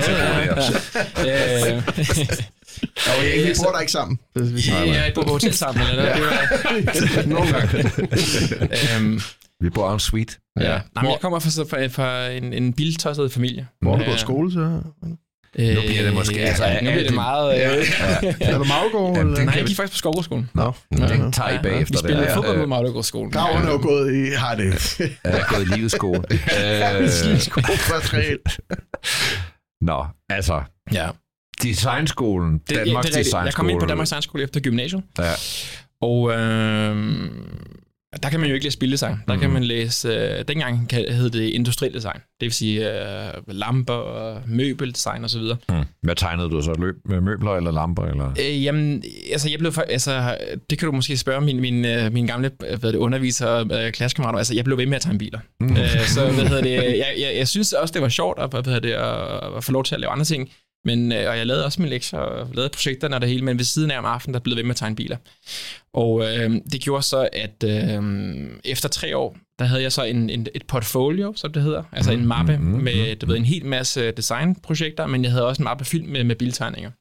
[SPEAKER 5] Vi bor der ikke sammen.
[SPEAKER 4] Jeg bor på hotel sammen.
[SPEAKER 5] Nogle gange.
[SPEAKER 2] Vi bor en suite.
[SPEAKER 4] Jeg kommer fra en biltosset familie.
[SPEAKER 5] Hvor har du gået skole så?
[SPEAKER 2] Nu bliver det måske...
[SPEAKER 4] nu bliver det meget...
[SPEAKER 5] Er du Maglegård?
[SPEAKER 4] Nej, jeg gik faktisk på Skovgårdsskolen.
[SPEAKER 2] Den tager I bagefter.
[SPEAKER 4] Vi spillede fodbold på Maglegårdsskolen.
[SPEAKER 5] Graverne er jo gået i... Har det.
[SPEAKER 2] Jeg er gået i livets skole.
[SPEAKER 5] Livets skole for reelt.
[SPEAKER 2] Nå, altså... Ja. Designskolen. Danmarks Designskole.
[SPEAKER 4] Jeg kom ind på Danmarks Designskole efter gymnasiet. Ja. Og... der kan man jo ikke læse bildesign. Der kan man læse... dengang hed det industriel design. Det vil sige lamper og møbeldesign og så videre.
[SPEAKER 2] Hvad tegnede du så? Møbler eller lamper? Eller?
[SPEAKER 4] Jamen, altså jeg blev... Altså, det kan du måske spørge min gamle underviser og klassekammerater. Altså, jeg blev ved med at tegne biler. Så jeg synes også, det var sjovt at få lov til at lave andre ting. Men, og jeg lavede også mine lektier og lavede projekterne og det hele, men ved siden af om aftenen, der blev ved med at tegne biler. Og det gjorde så, at efter 3 år, der havde jeg så et portfolio, som det hedder. Altså en mappe med en hel masse designprojekter, men jeg havde også en mappe fyldt med biltegninger.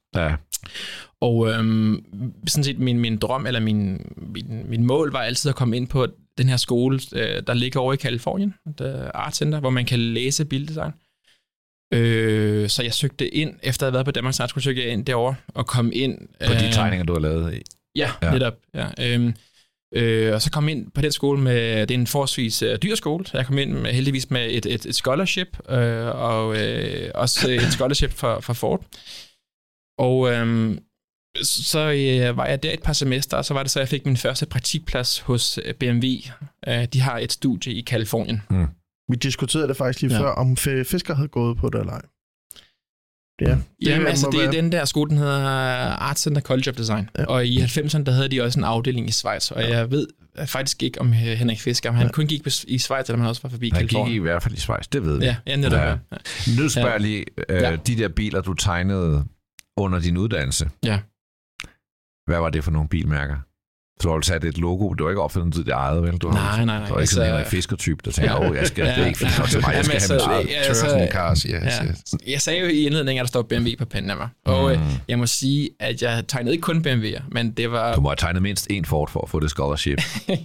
[SPEAKER 2] Ja.
[SPEAKER 4] Og sådan set min drøm, eller min mål, var altid at komme ind på den her skole, der ligger over i Californien, Art Center, hvor man kan læse bildesign. Så jeg søgte ind, efter at have været på Danmarks Art, søgte jeg ind derovre og kom ind...
[SPEAKER 2] På de tegninger, du har lavet i?
[SPEAKER 4] Ja, netop. Ja. Og så kom jeg ind på den skole med... Det er en forholdsvis dyr skole, så jeg kom ind heldigvis med et scholarship, og også et scholarship for Ford. Og så var jeg der et par semester, og så var det så, jeg fik min første praktikplads hos BMW. De har et studie i Californien.
[SPEAKER 5] Vi diskuterede det faktisk lige før, om Fisker havde gået på det eller ej. Ja,
[SPEAKER 4] jamen, altså det er den der skole, den hedder Art Center College of Design. Ja. Og i 90'erne, der havde de også en afdeling i Schweiz. Og jeg ved faktisk ikke om Henrik Fisker, om han kun gik i Schweiz, eller om han også var forbi Californien.
[SPEAKER 2] Han gik i hvert fald i Schweiz, det ved vi.
[SPEAKER 4] Ja, netop. Ja.
[SPEAKER 2] Nu spørger jeg lige, de der biler, du tegnede under din uddannelse.
[SPEAKER 4] Ja.
[SPEAKER 2] Hvad var det for nogle bilmærker? Så du har sat et logo. Du har ikke opfundet dit eget, vel?
[SPEAKER 4] Nej.
[SPEAKER 2] Du er ikke sådan en fiskertype, der tænker, jeg skal det er ikke fint nok til mig. Jeg skal have mit eget
[SPEAKER 3] cars.
[SPEAKER 4] Jeg sagde jo i indledningen, at der står BMW på pennen af mig. Og jeg må sige, at jeg tegnede ikke kun BMW'er, men det var...
[SPEAKER 2] Du må have tegnet mindst en Ford for at få det scholarship.
[SPEAKER 4] Det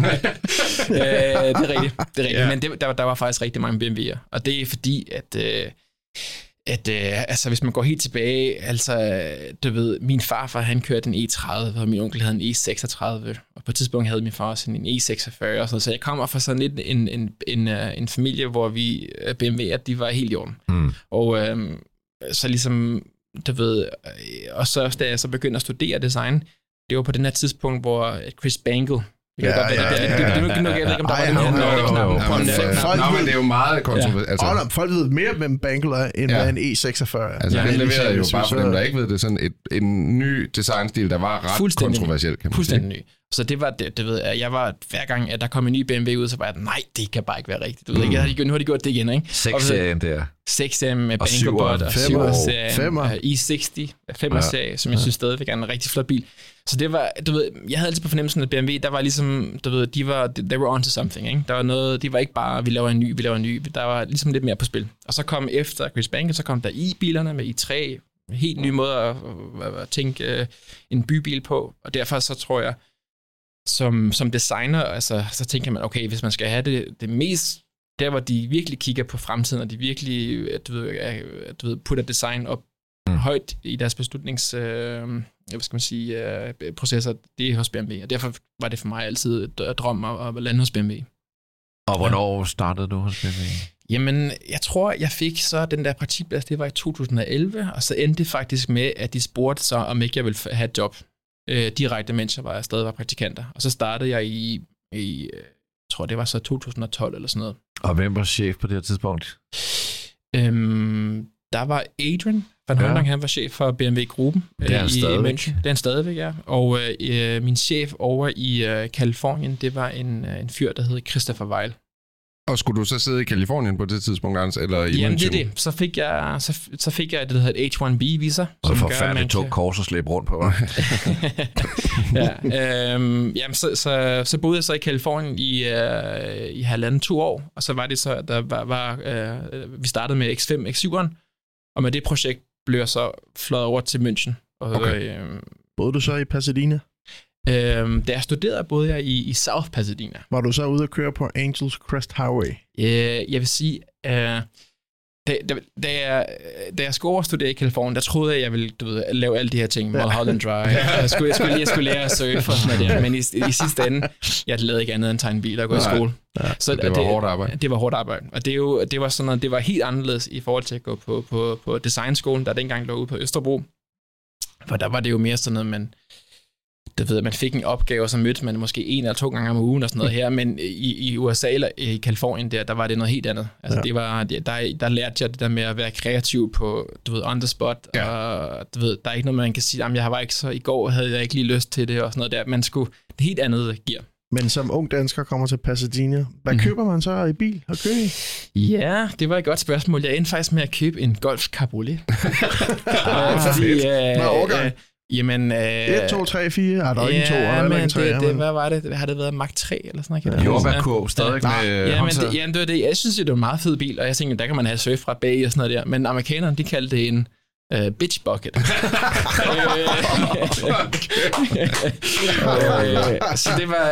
[SPEAKER 4] er rigtigt. Men der var faktisk rigtig mange BMW'er. Og det er fordi, at hvis man går helt tilbage, du ved, min farfar, han kørte en E30, og min onkel havde en E36, og på et tidspunkt havde min far også en E46, og så jeg kommer fra sådan lidt en familie, hvor vi BMW'er, de var helt i orden. Og så ligesom, du ved, og så da jeg så begyndte at studere design, det var på den her tidspunkt, hvor Chris Bangle,
[SPEAKER 3] men det er jo meget kontroversielt.
[SPEAKER 5] Folk ved mere med Bangle end med en E46.
[SPEAKER 3] Altså, den leverede jo bare for dem, der ikke ved det, sådan en ny designstil, der var ret kontroversiel, kan man sige.
[SPEAKER 4] Fuldstændig ny. Så det var det ved jeg var hver gang, at der kom en ny BMW ud, så var jeg, nej, det kan bare ikke være rigtigt. Du ved ikke, nu har de gjort det igen, ikke?
[SPEAKER 2] 6-serien der.
[SPEAKER 4] 6-serien med Banglebot og 7-serien, E60, 5-serien, som jeg synes stadigvæk er en rigtig flot bil. Så det var, du ved, jeg havde altid på fornemmelsen, at BMW, der var ligesom, du ved, they were onto something, ikke? Der var noget, de var ikke bare, vi laver en ny, der var ligesom lidt mere på spil. Og så kom efter Chris Bangle, så kom der i-bilerne med i3, helt nye måder at tænke en bybil på, og derfor så tror jeg, som designer, altså, så tænker man, okay, hvis man skal have det mest, der hvor de virkelig kigger på fremtiden, og de virkelig, du ved putter design op højt i deres processer, det er hos BMW, og derfor var det for mig altid et drøm at lande hos BMW.
[SPEAKER 2] Og hvornår startede du hos BMW?
[SPEAKER 4] Jamen, jeg tror, jeg fik så den der praktikplads, det var i 2011, og så endte det faktisk med, at de spurgte så, om ikke jeg ville have et job direkte, mens jeg stadig var praktikanter. Og så startede jeg i jeg tror, det var så 2012 eller sådan noget.
[SPEAKER 2] Og hvem var chef på det her tidspunkt?
[SPEAKER 4] Der var Adrian Van Holling, han var chef for BMW-gruppen i München. Det er han stadigvæk, ja. Og min chef over i Californien, det var en fyr, der hed Christopher Weil.
[SPEAKER 3] Og skulle du så sidde i Californien på det tidspunkt, Anders, eller i München?
[SPEAKER 4] Jamen, det er det. Så fik jeg det, der hedder et H1B-visa.
[SPEAKER 2] Og det forfærdeligt tog kors og slæbe rundt på.
[SPEAKER 4] Jamen, så boede jeg så i Californien i 1,5-2 år, og så var det så, at vi startede med X5, X7'eren, og med det projekt blev jeg så fløjet over til München. Og,
[SPEAKER 5] okay. Boede du så i Pasadena?
[SPEAKER 4] Da jeg studerede, boede jeg i South Pasadena.
[SPEAKER 5] Var du så ude at køre på Angels Crest Highway?
[SPEAKER 4] Jeg vil sige, da jeg skulle overstudere i Californien, der troede jeg ville lave alle de her ting, Mulholland Drive. Jeg skulle lære at surfe og sådan noget, men i sidste ende, jeg lavede ikke andet end tegne biler og gå i skole.
[SPEAKER 3] Ja, så det var hårdt arbejde.
[SPEAKER 4] Det var hårdt arbejde, og det var sådan noget, det var helt anderledes i forhold til at gå på designskolen, der dengang lå ude på Østerbro. For der var det jo mere sådan noget, man fik en opgave, og så mødte man måske 1 eller 2 gange om ugen og sådan noget her, men i USA eller i Californien, der var det noget helt andet. Altså det var, der lærte jeg det der med at være kreativ på, on the spot, og der er ikke noget, man kan sige, jeg var ikke så, i går havde jeg ikke lige lyst til det, og sådan noget der. Man skulle det helt andet gear.
[SPEAKER 5] Men som ung dansker kommer til Pasadena, hvad køber man så i bil og kører i?
[SPEAKER 4] Ja, det var et godt spørgsmål. Jeg endte faktisk med at købe en Golf Cabriolet.
[SPEAKER 5] Hvad årgang?
[SPEAKER 4] Jamen...
[SPEAKER 5] 1, 2, 3, 4? Er der ikke 2?
[SPEAKER 4] Hvad var det? Har det været Mach 3 eller sådan noget?
[SPEAKER 2] Jordbærkurv stadig med...
[SPEAKER 4] Jamen, det var det. Jeg synes, det var en meget fed bil, og jeg tænkte, der kan man have surfret bag og sådan noget der. Men amerikanerne, de kaldte det Bitch Bucket. Så det var,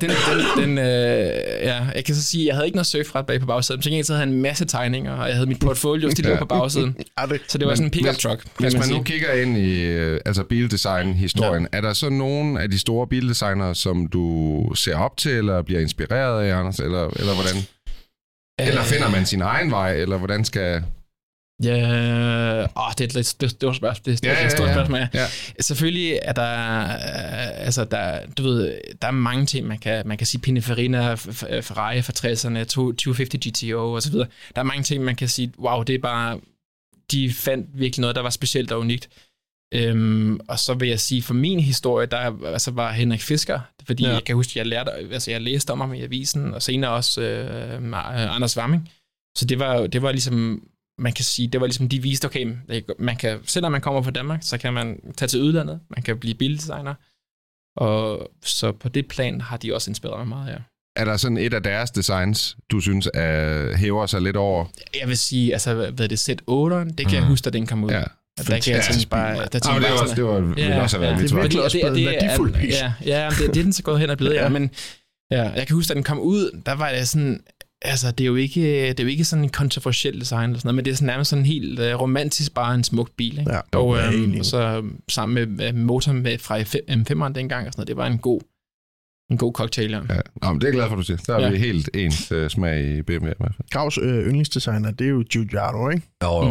[SPEAKER 4] jeg kan så sige, jeg havde ikke noget surfret bag på bagsiden. Til gengæld så havde jeg en masse tegninger, og jeg havde mit portfolio stillet på bagsiden. Så det var sådan en pickup truck.
[SPEAKER 3] Hvis man nu kigger ind i bildesign-historien, er der så nogen af de store bildesignere, som du ser op til, eller bliver inspireret af, Anders, eller hvordan? Eller finder man sin egen vej, eller hvordan skal...
[SPEAKER 4] Ja, det er et stort spørgsmål. Det er et stort spørgsmål. Ja. Selvfølgelig er der, du ved, der er mange ting, man kan sige, Pininfarina, Ferrari fra 60'erne, 250 GTO og så videre. Der er mange ting, man kan sige, wow, det er bare, de fandt virkelig noget, der var specielt og unikt. Og så vil jeg sige, for min historie, der var Henrik Fisker, fordi jeg kan huske, jeg læste om ham i avisen, og senere også Anders Warming. Så det var ligesom, man kan sige, det var ligesom, de viste, okay, man kan, selvom man kommer fra Danmark, så kan man tage til udlandet, man kan blive bildesigner, og så på det plan har de også inspireret mig meget, ja.
[SPEAKER 3] Er der sådan et af deres designs, du synes, hæver sig lidt over? Jeg
[SPEAKER 4] vil sige, altså, hvad det Z8'eren, det kan jeg huske, da den kom ud. Ja. Der kan jeg tænke bare...
[SPEAKER 3] Det var også været lidt
[SPEAKER 5] virkelig også en værdifuld bil.
[SPEAKER 4] Ja, det er den så gået hen og blevet, men jeg kan huske, da den kom ud, der var det sådan... Altså, det er jo ikke sådan en kontroversiel design eller sådan noget, men det er sådan nærmest sådan en helt romantisk, bare en smuk bil, ikke? Ja, og så sammen med motoren fra M5'eren dengang og sådan noget, det var en god cocktail, ja.
[SPEAKER 3] Ja. Men det er jeg glad for, du siger. Der er vi helt ens smag i BMW.
[SPEAKER 5] Gravs yndlingsdesigner, det er jo Giugiaro, ikke?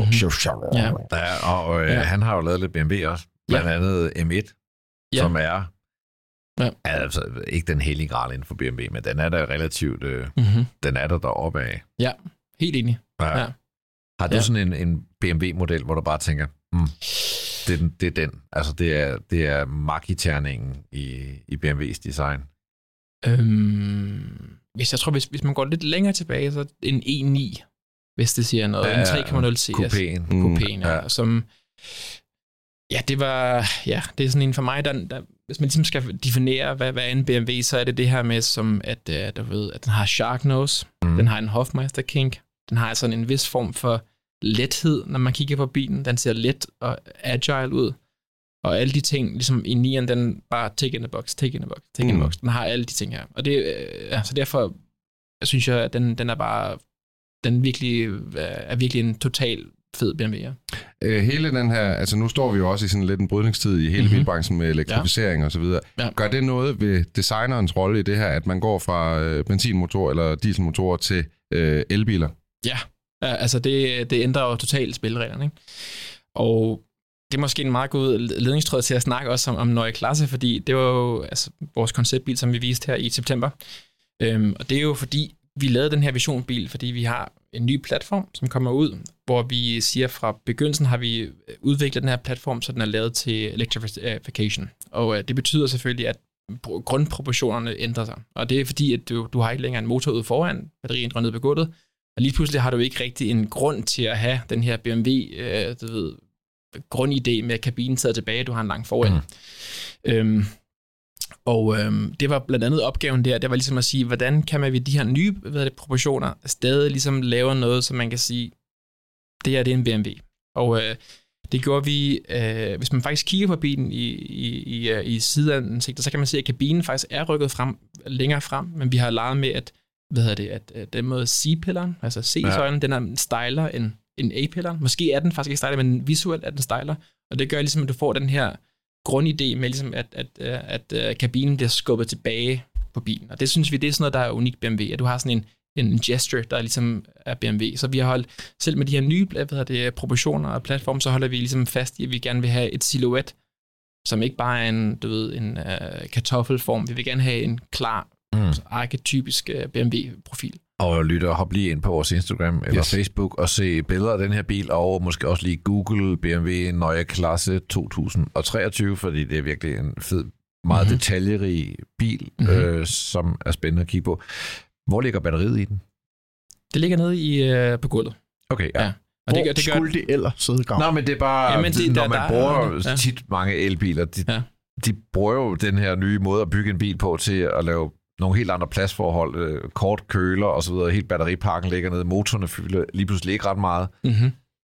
[SPEAKER 2] Han har jo lavet lidt BMW også. Blandt andet M1, som er altså ikke den hellige gral inden for BMW, men den er der relativt, den er der deroppe af.
[SPEAKER 4] Ja, helt enig. Ja.
[SPEAKER 2] Har du sådan en BMW-model, hvor du bare tænker, det er den. Altså det er magiterningen i BMW's design.
[SPEAKER 4] Hvis man går lidt længere tilbage, så en E9, hvis det siger noget. En 3.0 CS. Coupéen, ja. Som... Ja, det er sådan en for mig, der hvis man ligesom skal definere, hvad er en BMW, så er det her med, som at den har shark nose, den har en Hofmeister kink, den har sådan en vis form for lethed, når man kigger på bilen. Den ser let og agile ud. Og alle de ting, ligesom i 9'eren, den bare take in the box. Den har alle de ting her. Og det, så derfor synes jeg, at den er virkelig en total fed BMW.
[SPEAKER 3] Hele den her, altså nu står vi jo også i sådan lidt en brydningstid i hele bilbranchen med elektrificering og så videre. Ja. Gør det noget ved designerens rolle i det her, at man går fra benzinmotor eller dieselmotor til elbiler?
[SPEAKER 4] Ja, altså det ændrer jo totalt spillereglerne, ikke? Og det er måske en meget god ledningstråd til at snakke også om Neue Klasse, fordi det var jo altså vores konceptbil, som vi viste her i september. Og det er jo fordi, vi lavede den her visionbil, fordi vi har en ny platform, som kommer ud, hvor vi siger, fra begyndelsen har vi udviklet den her platform, så den er lavet til electrification. Og det betyder selvfølgelig, at grundproportionerne ændrer sig. Og det er fordi, at du har ikke længere en motor ude foran, batterien drøner ned på gulvet, og lige pludselig har du ikke rigtig en grund til at have den her BMW, grundidé med kabinen taget tilbage, du har en lang foran. Det var blandt andet opgaven der, det var ligesom at sige, hvordan kan man ved de her nye proportioner stadig ligesom lave noget, som man kan sige, det er en BMW. Og det gjorde vi, hvis man faktisk kigger på bilen i sideansigtet, så kan man se, at kabinen faktisk er rykket længere frem, men vi har leget med, at den måde C-pilleren, altså C-søjlen, den er stejlere end A-pilleren. Måske er den faktisk ikke stejlere, men visuelt er den stejlere. Og det gør ligesom, at du får den her grundidé med, ligesom at kabinen bliver skubbet tilbage på bilen. Og det synes vi, det er sådan noget, der er unikt BMW, at du har sådan en gesture, der ligesom er BMW. Så vi har holdt, selv med de her nye proportioner og platform, så holder vi ligesom fast i, at vi gerne vil have et silhouet, som ikke bare er en kartoffelform. Vi vil gerne have en klar, arketypisk BMW-profil.
[SPEAKER 2] Og lytter, hop lige ind på vores Instagram eller Facebook og se billeder af den her bil, og måske også lige Google BMW Neue Klasse 2023, fordi det er virkelig en fed, meget detaljerig bil, som er spændende at kigge på. Hvor ligger batteriet i den?
[SPEAKER 4] Det ligger nede på gulvet.
[SPEAKER 2] Okay, ja.
[SPEAKER 5] Og det skulle det ellers sidde gammel?
[SPEAKER 2] Nå, men det er bare, når man bruger tit mange elbiler, de bruger jo den her nye måde at bygge en bil på til at lave nogle helt andre pladsforhold, kort køler og så videre. Helt batteripakken ligger nede, motorerne fylder lige pludselig ikke ret meget.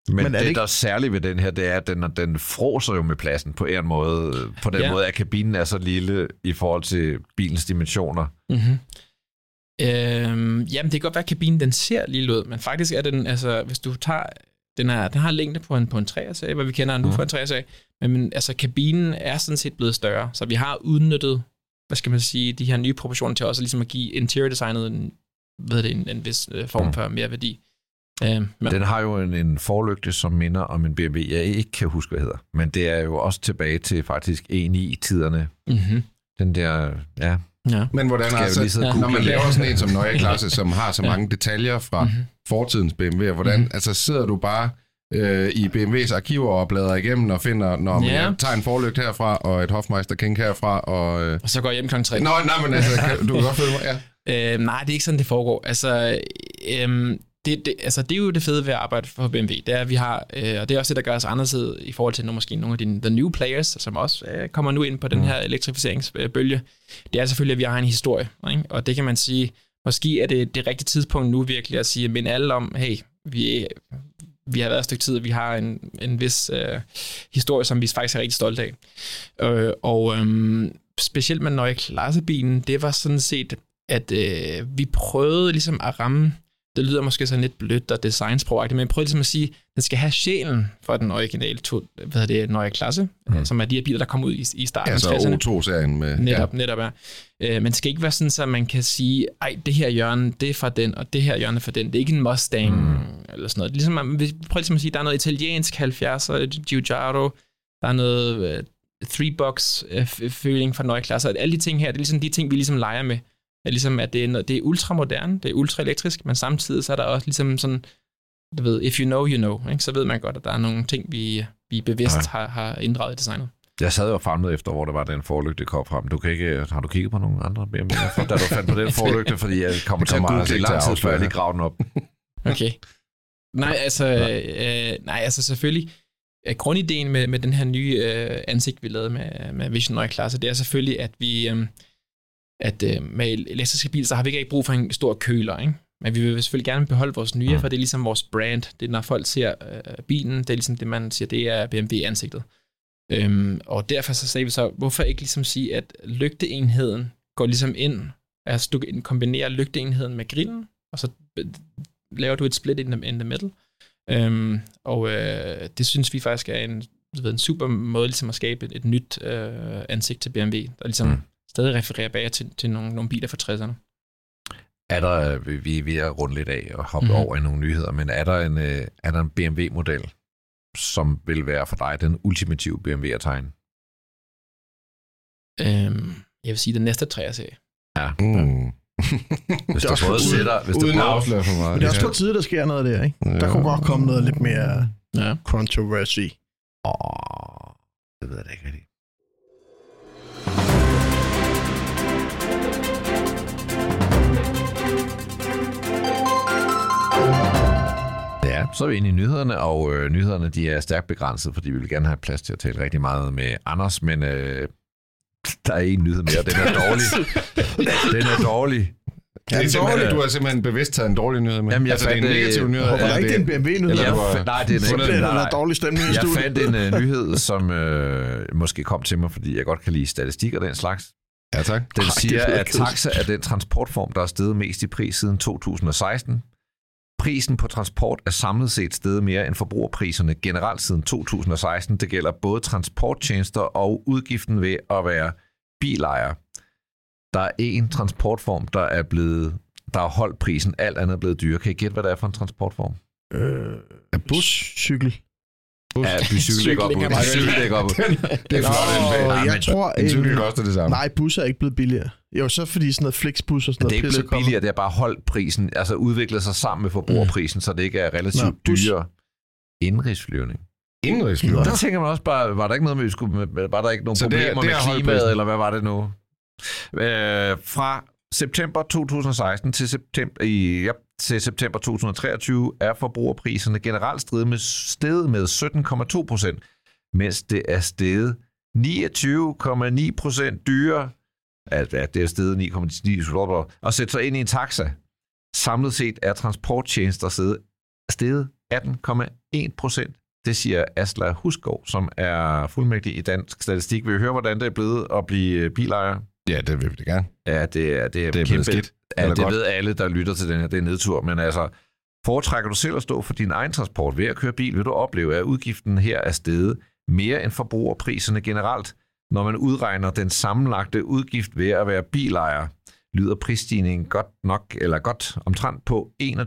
[SPEAKER 2] Men det, der er særligt ved den her, det er, at den fråser jo med pladsen på en måde. På den måde, at kabinen er så lille i forhold til bilens dimensioner.
[SPEAKER 4] Mm-hmm. Jamen, det kan godt være, at kabinen den ser lille ud, men faktisk er den, altså, hvis du tager, den har længde på en 3'er-serie, hvad vi kender nu for en 3'er-serie, men altså, kabinen er sådan set blevet større, så vi har udnyttet, hvad skal man sige, de her nye proportioner til også ligesom at give interior designet en vis form for mere værdi.
[SPEAKER 2] Den har jo en forlygte, som minder om en BMW, jeg ikke kan huske, hvad hedder, men det er jo også tilbage til faktisk E9-tiderne. Mm-hmm. Den der, ja.
[SPEAKER 3] Men hvordan når man laver sådan en som Neue Klasse, som har så mange detaljer fra fortidens BMW, hvordan altså sidder du bare i BMW's arkiver og bladrer igennem og finder, når jeg tager en forlygt herfra og et Hofmeister King herfra og
[SPEAKER 4] så går jeg hjem kl. 3.
[SPEAKER 3] Nej, men altså du kan godt følge mig,
[SPEAKER 4] nej, det er ikke sådan det foregår. Altså det er jo det fede ved at arbejde for BMW, det er, at vi har, og det er også det, der gør os anderledes i forhold til måske nogle af the new players, som også kommer nu ind på den her elektrificeringsbølge. Det er selvfølgelig, at vi har en historie, ikke? Og det kan man sige, måske er det rigtige tidspunkt nu virkelig at sige, men alle om, hey, vi har været et stykke tid, og vi har en vis historie, som vi faktisk er rigtig stolte af. Specielt med Neue Klasse-bilen, det var sådan set, at vi prøvede ligesom at ramme. Det lyder måske sådan lidt blødt og designsprogagtigt, men jeg prøver ligesom at sige, at den skal have sjælen for den originale Neue Klasse, som er de her biler, der kom ud i starten af 60'erne.
[SPEAKER 3] Altså O2-serien med...
[SPEAKER 4] Netop, ja. Men det skal ikke være sådan, så man kan sige, ej, det her hjørne, det er fra den, og det her hjørne er fra den. Det er ikke en Mustang eller sådan noget. Ligesom, vi prøver ligesom at sige, der er noget italiensk 70'er, Giugiaro, der er noget three-box-føling fra Neue Klasse, og alle de ting her, det er ligesom de ting, vi ligesom leger med. Ligesom at det er ultramoderne, det er ultraelektrisk, men samtidig så er der også ligesom sådan, du ved, if you know, you know, ikke? Så ved man godt, at der er nogle ting, vi bevidst har inddraget i designet.
[SPEAKER 2] Jeg sad jo og famlede efter, hvor der var den forlygte kom frem. Har du kigget på nogle andre BMW'er, da du fandt på den forlygte, fordi jeg kommer til at google det lang tid, før jeg lige graver den op.
[SPEAKER 4] Okay. Nej, altså selvfølgelig, grundideen med den her nye ansigt, vi lavede med Vision Neue Klasse, det er selvfølgelig, at vi... med elektriske biler, så har vi ikke brug for en stor køler, ikke? Men vi vil selvfølgelig gerne beholde vores nye, for det er ligesom vores brand. Det er, når folk ser bilen, det er ligesom det, man siger, det er BMW-ansigtet. Og derfor så sagde vi så, hvorfor ikke ligesom sige, at lygteenheden går ligesom ind, altså du kombinerer lygteenheden med grillen, og så laver du et split in the middle. Det synes vi faktisk er en super måde ligesom at skabe et nyt ansigt til BMW, der ligesom stadig refererer bag til nogle biler fra 60'erne.
[SPEAKER 2] Er der, vi er ved at runde lidt af og hoppe over i nogle nyheder, men er der en BMW-model, som vil være for dig den ultimative BMW at tegne?
[SPEAKER 4] Jeg vil sige den næste 3'er-serie.
[SPEAKER 2] Ja. Hvis du både sætter...
[SPEAKER 3] Uden at afsløre for meget.
[SPEAKER 5] Men det er også på tide, der sker noget der, ikke? Der kunne godt komme noget lidt mere controversy.
[SPEAKER 2] Det ved jeg da ikke rigtig. Ja, så er vi inde i nyhederne, og nyhederne de er stærkt begrænset, fordi vi vil gerne have plads til at tale rigtig meget med Anders, men der er en nyhed mere, den er dårlig. Den er dårlig.
[SPEAKER 3] Du har simpelthen bevidst taget en dårlig nyhed med.
[SPEAKER 2] Jamen,
[SPEAKER 3] altså, det er en negativ nyhed.
[SPEAKER 5] Håber der ikke, det er en BMW-nyhed?
[SPEAKER 2] Nej, det er en
[SPEAKER 5] dårlig stemning i studiet.
[SPEAKER 2] Jeg fandt en nyhed, som måske kom til mig, fordi jeg godt kan lide statistik og den slags.
[SPEAKER 3] Ja, tak.
[SPEAKER 2] Den siger, at taxa er den transportform, der er steget mest i pris siden 2016. Prisen på transport er samlet set steget mere end forbrugerpriserne generelt siden 2016. Det gælder både transporttjenester og udgiften ved at være bilejer. Der er en transportform, der har holdt prisen. Alt andet er blevet dyre. Kan I gætte, hvad det er for en transportform?
[SPEAKER 5] Bus, cykel.
[SPEAKER 2] Ja, cykel ikke op. Cykel ikke op.
[SPEAKER 3] Det er flot.
[SPEAKER 5] Jeg tror,
[SPEAKER 3] en cykel koster det samme.
[SPEAKER 5] Nej, busser er ikke blevet billigere. Jo, så fordi sådan noget flexbus og sådan noget.
[SPEAKER 2] Det er ikke så billigere, det er bare holdt prisen, altså udviklet sig sammen med forbrugerprisen, så det ikke er relativt dyre. Indrigsflyvning. Der tænker man også bare, var der ikke noget med, var der ikke nogen problemer med klimaet, eller hvad var det nu? Fra september 2016 til september 2023 er forbrugerpriserne generelt steget med 17,2%, mens det er steget 29,9% dyrere. Det er steget 9,9% og sætte sig ind i en taxa. Samlet set er transporttjenester steget 18,1%. Det siger Asla Husgaard, som er fuldmægtig i dansk statistik. Vil vi høre, hvordan det er blevet at blive bilejer?
[SPEAKER 3] Ja, det vil vi da gerne.
[SPEAKER 2] Ja, det er
[SPEAKER 3] kæmpe skidt.
[SPEAKER 2] Ja, det ved alle, der lytter til den her. Det er nedtur, men altså, foretrækker du selv at stå for din egen transport ved at køre bil, vil du opleve, at udgiften her er steget mere end forbrugerpriserne generelt. Når man udregner den sammenlagte udgift ved at være bilejer, lyder prisstigningen godt omtrent på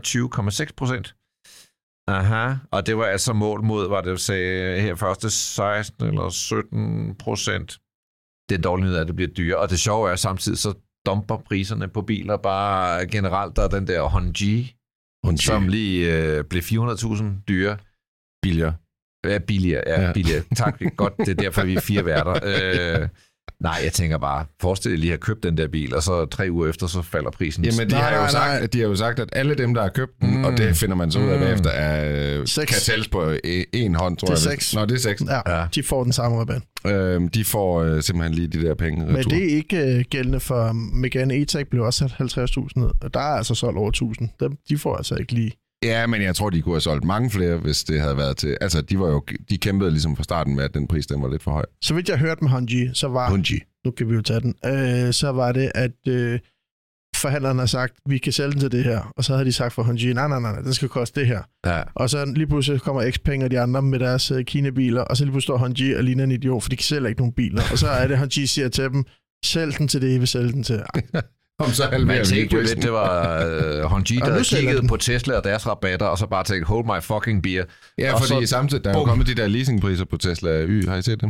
[SPEAKER 2] 21,6%. Aha, og det var altså mål mod, hvad det sagde her første 16 eller 17%. Det er dårligt nyhed, at det bliver dyrere. Og det sjove er samtidig, så dumper priserne på biler bare generelt. Der er den der Honji. Som lige blev 400.000 dyre.
[SPEAKER 3] Billigere.
[SPEAKER 2] Ja, billigere. Tak, godt. Det er derfor, vi er 4 værter. Nej, jeg tænker bare, forestil dig lige at have købt den der bil, og så 3 uger efter, så falder prisen.
[SPEAKER 3] Jamen, de har jo sagt, at alle dem, der har købt den, og det finder man så ud af bagefter, kan tælles på en hånd, tror jeg.
[SPEAKER 5] Det er 6.
[SPEAKER 3] Nå, det er 6.
[SPEAKER 5] Ja, de får den samme rabat.
[SPEAKER 3] De får simpelthen lige de der penge retur.
[SPEAKER 5] Men det er ikke gældende for Megane E-Tech, blev også sat 50.000 ned, og der er altså solgt over 1.000. De får altså ikke lige...
[SPEAKER 3] Ja, men jeg tror, de kunne have solgt mange flere, hvis det havde været til... Altså, de kæmpede ligesom fra starten med, at den pris, den var lidt for høj.
[SPEAKER 5] Så vidt jeg hørte med Honji, så var...
[SPEAKER 3] Honji.
[SPEAKER 5] Nu kan vi jo tage den. Så var det, at forhandleren har sagt, vi kan sælge den til det her. Og så havde de sagt for Honji, nej, den skal koste det her. Ja. Og så lige pludselig kommer Xpeng og de andre med deres Kina-biler, og så lige pludselig står Honji og ligner en idiot, for de kan sælge ikke nogen biler. Og så er det, Honji siger til dem, sælg den til det, I vil sælge den til.
[SPEAKER 3] Om så
[SPEAKER 2] man tænkte jo lidt, det var Honji, der havde kigget på Tesla og deres rabatter, og så bare tænkte, hold my fucking beer.
[SPEAKER 3] Ja,
[SPEAKER 2] og
[SPEAKER 3] fordi samtidig, der er jo kommet de der leasingpriser på Tesla Y, har I set dem?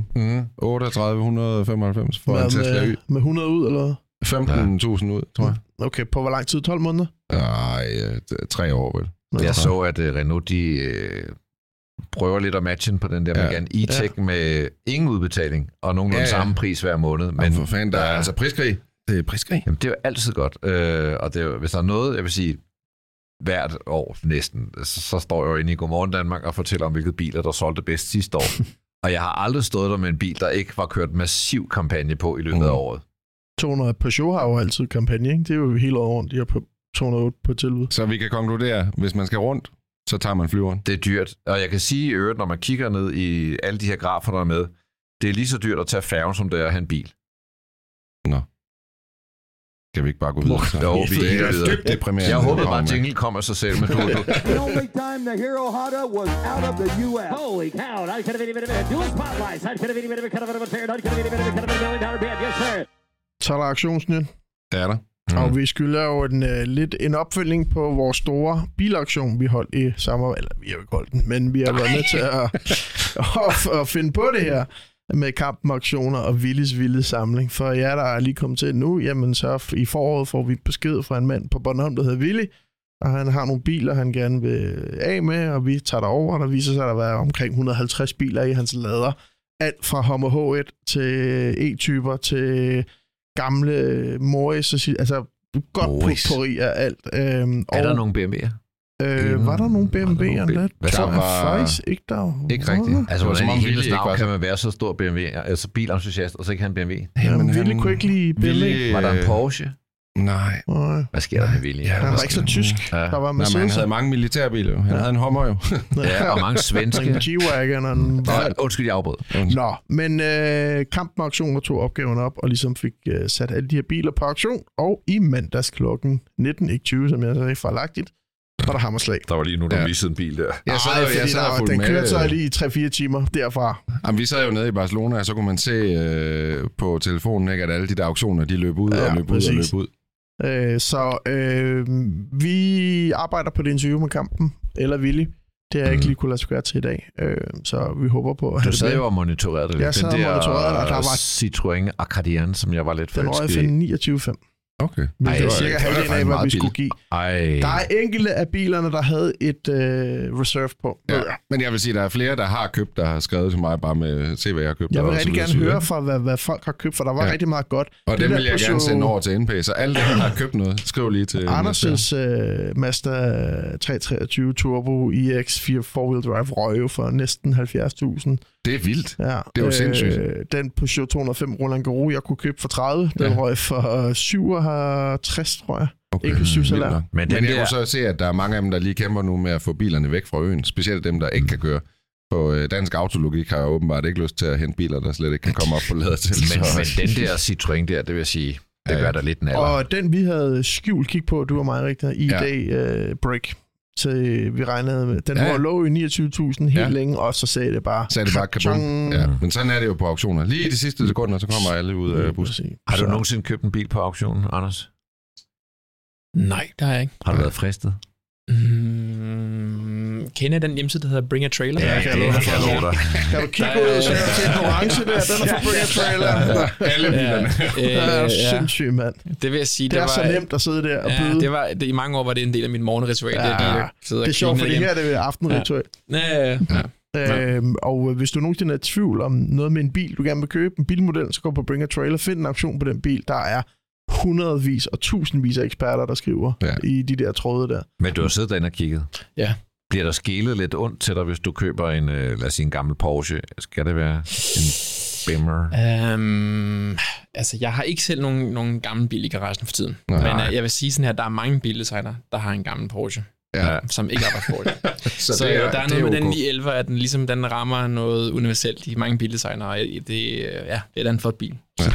[SPEAKER 3] 3895 for en Tesla Y.
[SPEAKER 5] Med 100 ud, eller
[SPEAKER 3] 15.000 ud, tror jeg.
[SPEAKER 5] Okay, på hvor lang tid? 12 måneder?
[SPEAKER 3] Nej, 3 år vel.
[SPEAKER 2] Jeg så, at Renault, de prøver lidt at matchen på den der Megane E-Tech med ingen udbetaling, og nogenlunde samme pris hver måned. Men
[SPEAKER 3] for fanden, der er altså priskrig. Det er priskrig.
[SPEAKER 2] Jamen, det er jo altid godt. Og det er jo, hvis der er noget, jeg vil sige, hvert år næsten, så står jeg jo inde i Godmorgen Danmark og fortæller om, hvilke biler, der solgte bedst sidste år. Og jeg har aldrig stået der med en bil, der ikke var kørt massiv kampagne på i løbet af året.
[SPEAKER 5] 200 Peugeot har jo altid kampagne, ikke? Det er jo hele året rundt, de har på 208 på tilbud.
[SPEAKER 3] Så vi kan konkludere, hvis man skal rundt, så tager man flyveren.
[SPEAKER 2] Det er dyrt. Og jeg kan sige i øvrigt, når man kigger ned i alle de her grafer, der er med, det er lige så dyrt at tage færgen, som det er at have en bil.
[SPEAKER 3] Nå. Skal vi ikke bare gå videre?
[SPEAKER 2] Jo, vi er
[SPEAKER 3] dybt deprimerende.
[SPEAKER 2] Jeg håber bare, at jingle kommer af sig selv, men du...
[SPEAKER 6] The only time the Hero Honda was out of the U.S. Holy cow, I could have been a dual spotlights. I could have been a kind of a fair, I could have been a $1 million band, yes sir.
[SPEAKER 5] Så er der aktionsnyt.
[SPEAKER 3] Det er der.
[SPEAKER 5] Og vi skylder jo en opfølging på vores store bilaktion, vi holdt i sommer. Eller vi har jo ikke holdt den, men vi har været med til at finde på det her med kampen, aktioner og Willis vilde samling. For jer, der er lige kommet til nu, jamen så i foråret får vi besked fra en mand på Bornholm, der hedder Willy, og han har nogle biler, han gerne vil af med, og vi tager derover, og der viser sig, at der var omkring 150 biler i hans lader. Alt fra Hummer H1 til E-typer til gamle Morris, altså godt potpourri af alt.
[SPEAKER 2] Er der nogle BMW'er?
[SPEAKER 5] Var der nogle BMW'er?
[SPEAKER 2] Hvad så
[SPEAKER 5] var faktisk ikke der?
[SPEAKER 2] Ikke rigtigt. Altså, hvordan i hele navn kan man være så stor BMW, altså bilentusiast, og så ikke have en BMW?
[SPEAKER 5] Jamen, Willy kunne ikke lide BMW.
[SPEAKER 2] Var der en Porsche?
[SPEAKER 3] Nej.
[SPEAKER 2] Hvad sker der med Willy?
[SPEAKER 5] Ja, han var ikke så tysk.
[SPEAKER 2] Ja.
[SPEAKER 5] Der var Mercedes.
[SPEAKER 3] Han havde mange militærbiler. Han havde en Hummer jo.
[SPEAKER 2] Ja, og mange svenske.
[SPEAKER 5] En G-Wagon og en...
[SPEAKER 2] Undskyld, jeg afbrød.
[SPEAKER 5] Nå, men kampen og aktioner tog opgaven op, og ligesom fik sat alle de her biler på aktion, og i mandags klokken 19.20, som jeg sagde forlagtigt, var der hammerslag.
[SPEAKER 2] Der var lige nu, der missede en bil der.
[SPEAKER 3] Jeg sad og fulgte
[SPEAKER 5] den
[SPEAKER 3] med.
[SPEAKER 5] kørte så lige i 3-4 timer derfra.
[SPEAKER 3] Jamen, vi sad jo nede i Barcelona, og så kunne man se på telefonen, ikke, at alle de der auktioner, de løb ud og løb ud.
[SPEAKER 5] Så vi arbejder på det interview med kampen, eller Willy. Det har jeg ikke lige kunne lade sig gøre til i dag. Så vi håber på at have
[SPEAKER 2] Du sad jo og monitorerede det.
[SPEAKER 5] Jeg sad og monitorerede, og der var
[SPEAKER 2] Citroën Arcadian, som jeg var lidt
[SPEAKER 5] forelsket i. Den røg for 29,5.
[SPEAKER 3] Okay.
[SPEAKER 5] Det er cirka halvdelen af, hvad vi skulle give.
[SPEAKER 2] Ej.
[SPEAKER 5] Der er enkelte af bilerne, der havde et reserve på.
[SPEAKER 3] Ja. Men jeg vil sige, at der er flere, der har købt, der har skrevet til mig bare med, se hvad jeg har købt.
[SPEAKER 5] Jeg vil rigtig gerne høre fra, hvad folk har købt, for der var rigtig meget godt.
[SPEAKER 3] Og det vil jeg gerne sende over til NP, så alle dem, der har købt noget, skriv lige til
[SPEAKER 5] Anders' Mazda 323 Turbo EX 4-wheel drive røg jo for næsten 70.000.
[SPEAKER 3] Det er vildt.
[SPEAKER 5] Ja.
[SPEAKER 3] Det er jo sindssygt.
[SPEAKER 5] Den Peugeot 205 Roland Garros, jeg kunne købe for 30. Den røg for 67, tror jeg.
[SPEAKER 3] Okay.
[SPEAKER 5] Inklusive salær.
[SPEAKER 3] Men jeg kunne så se, at der er mange af dem, der lige kæmper nu med at få bilerne væk fra øen. Specielt dem, der ikke kan køre. På Dansk Autologik har jeg åbenbart ikke lyst til at hente biler, der slet ikke kan komme op på lader til.
[SPEAKER 2] Men den der Citroën der, det vil jeg sige, det gør der lidt en alder.
[SPEAKER 5] Og den, vi havde skjult kig på, du og mig, rigtig, Break. Så vi regnede med. Den lå i 29.000 helt længe, og så sagde det bare
[SPEAKER 3] kabum. Ja. Men sådan er det jo på auktioner. Lige i de sidste sekunder, så kommer alle ud af bussen.
[SPEAKER 2] Har du nogensinde købt en bil på auktionen, Anders?
[SPEAKER 4] Nej, det har jeg ikke.
[SPEAKER 2] Har du været fristet?
[SPEAKER 4] Kender den hjemmeside, der hedder Bring a Trailer?
[SPEAKER 5] Ja, kan jeg love dig. Kan du kigge ud og se til en orange der? Den er for Bring a Trailer.
[SPEAKER 3] Alle bilerne.
[SPEAKER 5] Det er sindssygt, mand.
[SPEAKER 4] Det vil jeg sige,
[SPEAKER 5] det er så nemt at sidde der og byde.
[SPEAKER 4] I mange år var det en del af min morgenritual.
[SPEAKER 5] Det er sjovt, for det her det er aftenritual. Og hvis du nogensinde er i tvivl om noget med en bil, du gerne vil købe, en bilmodel, så gå på Bring a Trailer, find en auktion på den bil. Der er hundredvis og tusindvis af eksperter, der skriver i de der tråde der.
[SPEAKER 2] Men du har siddet derinde og kigget?
[SPEAKER 4] Ja.
[SPEAKER 2] Bliver der skælet lidt ondt til dig, hvis du køber en, lad os sige, en gammel Porsche? Skal det være en Bimmer?
[SPEAKER 4] Altså, jeg har ikke selv nogen gammel bil i garagen for tiden. Men jeg vil sige sådan her, der er mange bildesigner, der har en gammel Porsche. Som ikke arbejder for det. så der er noget med den 911, at den, ligesom, den rammer noget universelt i mange bildesignere. Det er en flot bil. Så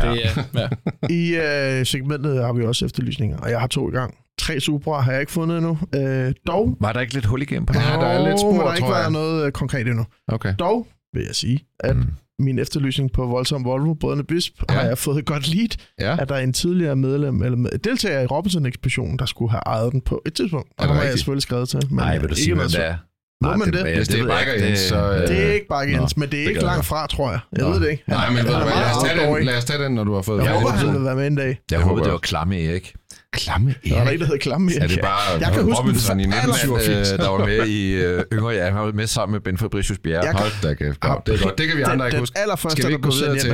[SPEAKER 5] I segmentet har vi også efterlysninger, og jeg har 2 i gang. 3 Supra har jeg ikke fundet endnu. Dog...
[SPEAKER 2] Var der ikke lidt hul igennem på det?
[SPEAKER 5] Ja, der er lidt spor, der ikke var noget konkret endnu.
[SPEAKER 3] Okay.
[SPEAKER 5] Dog vil jeg sige, at min efterlysning på Voldsom Volvo, Brødrene Bisp, har jeg fået et godt lead, at der er en tidligere medlem, eller deltager i Robinson-ekspeditionen, der skulle have ejet den på et tidspunkt. Og der har jeg selvfølgelig skrevet til.
[SPEAKER 2] Nej, vil du sige, hvad det er?
[SPEAKER 5] Må man det?
[SPEAKER 3] Hvis det er Bakker Jens, så...
[SPEAKER 5] Det er ikke Bakker Jens, men det er ikke langt fra, tror jeg. Jeg ved det ikke.
[SPEAKER 3] Nej, men lad os tage den, når du har fået...
[SPEAKER 5] Jeg håber, han vil være med en dag.
[SPEAKER 2] Jeg håber, det var Klamme Erik.
[SPEAKER 3] Klamme Erik?
[SPEAKER 5] Der er en, der hedder Klamme Erik.
[SPEAKER 3] Er det bare
[SPEAKER 5] jeg kan huske
[SPEAKER 3] Robinson i 1987,
[SPEAKER 2] der var med i yngre? Jeg var med sammen med Ben Fabricius Bjerre.
[SPEAKER 3] Hold da kæft. Det er godt. Det kan vi andre ikke huske.
[SPEAKER 5] Skal vi ikke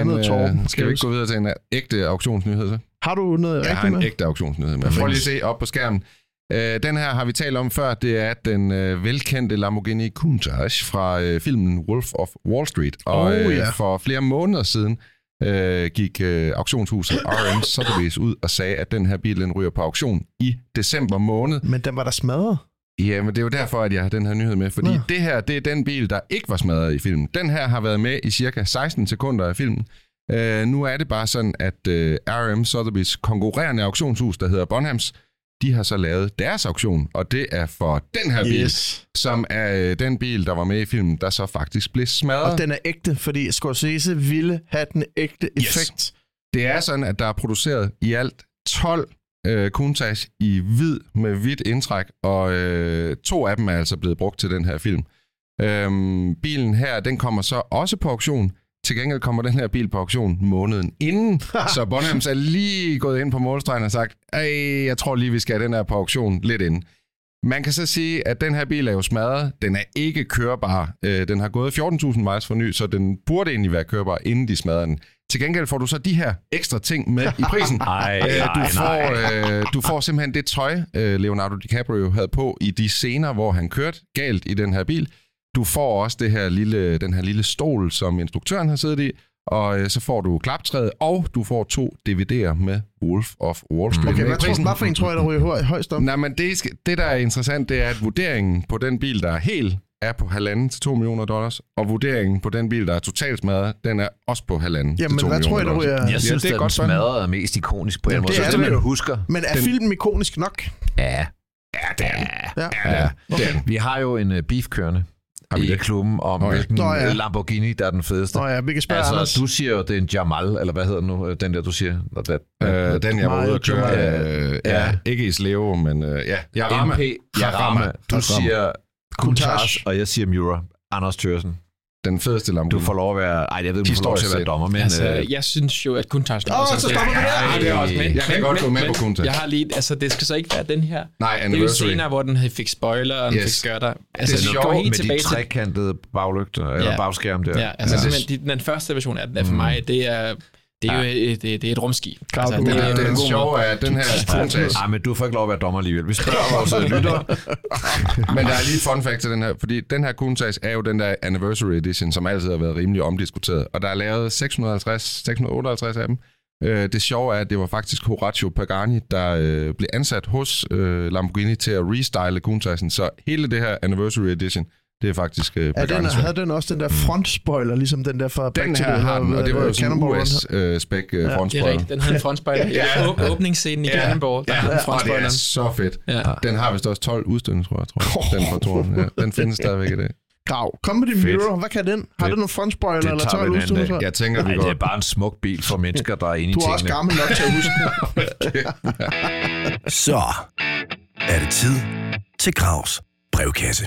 [SPEAKER 3] gå videre til en ægte auktionsnyhed, så?
[SPEAKER 5] Har du noget rigtigt med?
[SPEAKER 3] Jeg har en ægte auktionsnyhed med. Prøv lige at se op på skærmen. Den her har vi talt om før. Det er den velkendte Lamborghini Countach fra filmen Wolf of Wall Street. Og for flere måneder siden gik auktionshuset R.M. Sotheby's ud og sagde, at den her bil den ryger på auktion i december måned.
[SPEAKER 5] Men den var der smadret?
[SPEAKER 3] Ja, men det er jo derfor, at jeg har den her nyhed med. Fordi det her, det er den bil, der ikke var smadret i filmen. Den her har været med i cirka 16 sekunder af filmen. Nu er det bare sådan, at R.M. Sotheby's konkurrerende auktionshus, der hedder Bonhams, de har så lavet deres auktion, og det er for den her bil, som er den bil, der var med i filmen, der så faktisk blev smadret.
[SPEAKER 5] Og den er ægte, fordi Scorsese ville have den ægte effekt.
[SPEAKER 3] Det er sådan, at der er produceret i alt 12 Countach i hvid med hvidt indtræk, og 2 af dem er altså blevet brugt til den her film. Bilen her, den kommer så også på auktion. Til gengæld kommer den her bil på auktion måneden inden, så Bonhams er lige gået ind på målstregen og sagt, jeg tror lige, vi skal have den her på auktion lidt inden. Man kan så sige, at den her bil er jo smadret. Den er ikke kørbar. Den har gået 14.000 miles for ny, så den burde egentlig være kørbar, inden de smadrer den. Til gengæld får du så de her ekstra ting med i prisen. Du får simpelthen det tøj, Leonardo DiCaprio havde på i de scener, hvor han kørte galt i den her bil. Du får også den her lille stol, som instruktøren har siddet i, og så får du klaptræet, og du får 2 DVD'er med Wolf of Wall Street.
[SPEAKER 5] Okay, hvad for en tror jeg, der ryger højst op?
[SPEAKER 3] Nej, men det, der er interessant, det er, at vurderingen på den bil, der er hel, er på $1,5 til $2 million, og vurderingen på den bil, der er totalt smadret, den er også på $1,5 til $2 million.
[SPEAKER 5] Jamen, hvad tror jeg, der ryger?
[SPEAKER 2] Jeg synes, det er godt smadret og mest ikonisk på en måde. Det er det, du husker.
[SPEAKER 5] Men er filmen ikonisk nok?
[SPEAKER 2] Ja, det er den. Vi har jo en beef kørende i klubben om, hvilken Lamborghini, der er den fedeste.
[SPEAKER 5] Vi kan spørge Anders.
[SPEAKER 2] Du siger jo, det er en Jamal, eller hvad hedder den nu, den der, du siger?
[SPEAKER 3] Den, jeg var ude at køre. Ikke i Sleo, men
[SPEAKER 2] Jarama. Du siger Countach, og jeg siger Miura. Anders Thøgersen.
[SPEAKER 3] Den fedeste Lamborghini.
[SPEAKER 2] Du får lov at være... jeg ved, du får lov til at være dommer, men...
[SPEAKER 4] jeg synes jo, at Countach...
[SPEAKER 5] så stopper vi
[SPEAKER 3] det er også med. Jeg kan godt gå med på Countach.
[SPEAKER 4] Jeg har lige... det skal så ikke være den her.
[SPEAKER 3] Nej,
[SPEAKER 4] Anniversary. Det er jo senere, hvor den fik spoiler, og den fik skørter.
[SPEAKER 2] Det er sjovt med de trekantede baglygter, eller bagskærm der.
[SPEAKER 4] Ja, den første version af den for mig, det er... Det er jo et rumskib.
[SPEAKER 3] Den sjove er, at den her Countach...
[SPEAKER 2] Nej, men du får ikke lov at være dommer alligevel. Vi spørger vores lyttere.
[SPEAKER 3] Men der er lige fun fact til den her, fordi den her Countach er jo den der Anniversary Edition, som altid har været rimelig omdiskuteret. Og der er lavet 658 af dem. Det sjove er, at det var faktisk Horacio Pagani, der blev ansat hos Lamborghini til at restyle Countaisen. Så hele det her Anniversary Edition, det er faktisk Pagani.
[SPEAKER 5] Havde den også den der frontspoiler, ligesom den der fra
[SPEAKER 3] den her har den, og det var jo sådan en US-spec frontspoiler.
[SPEAKER 4] Den havde en frontspoiler. Åbningsscenen i Cannonball.
[SPEAKER 3] Og det er så fedt. Ja. Den har vist også 12 udstødninger, tror jeg. Den fra Toren. Ja, den findes stadigvæk i dag.
[SPEAKER 5] Grav. Comedy Mirror, hvad kan den? Har den nogle frontspoiler eller 12 udstødninger?
[SPEAKER 3] Jeg tænker,
[SPEAKER 2] det er bare en smuk bil for mennesker, der er inde i tingene.
[SPEAKER 5] Du er også gammel nok til at huske.
[SPEAKER 1] Så er det tid til Gravs brevkasse.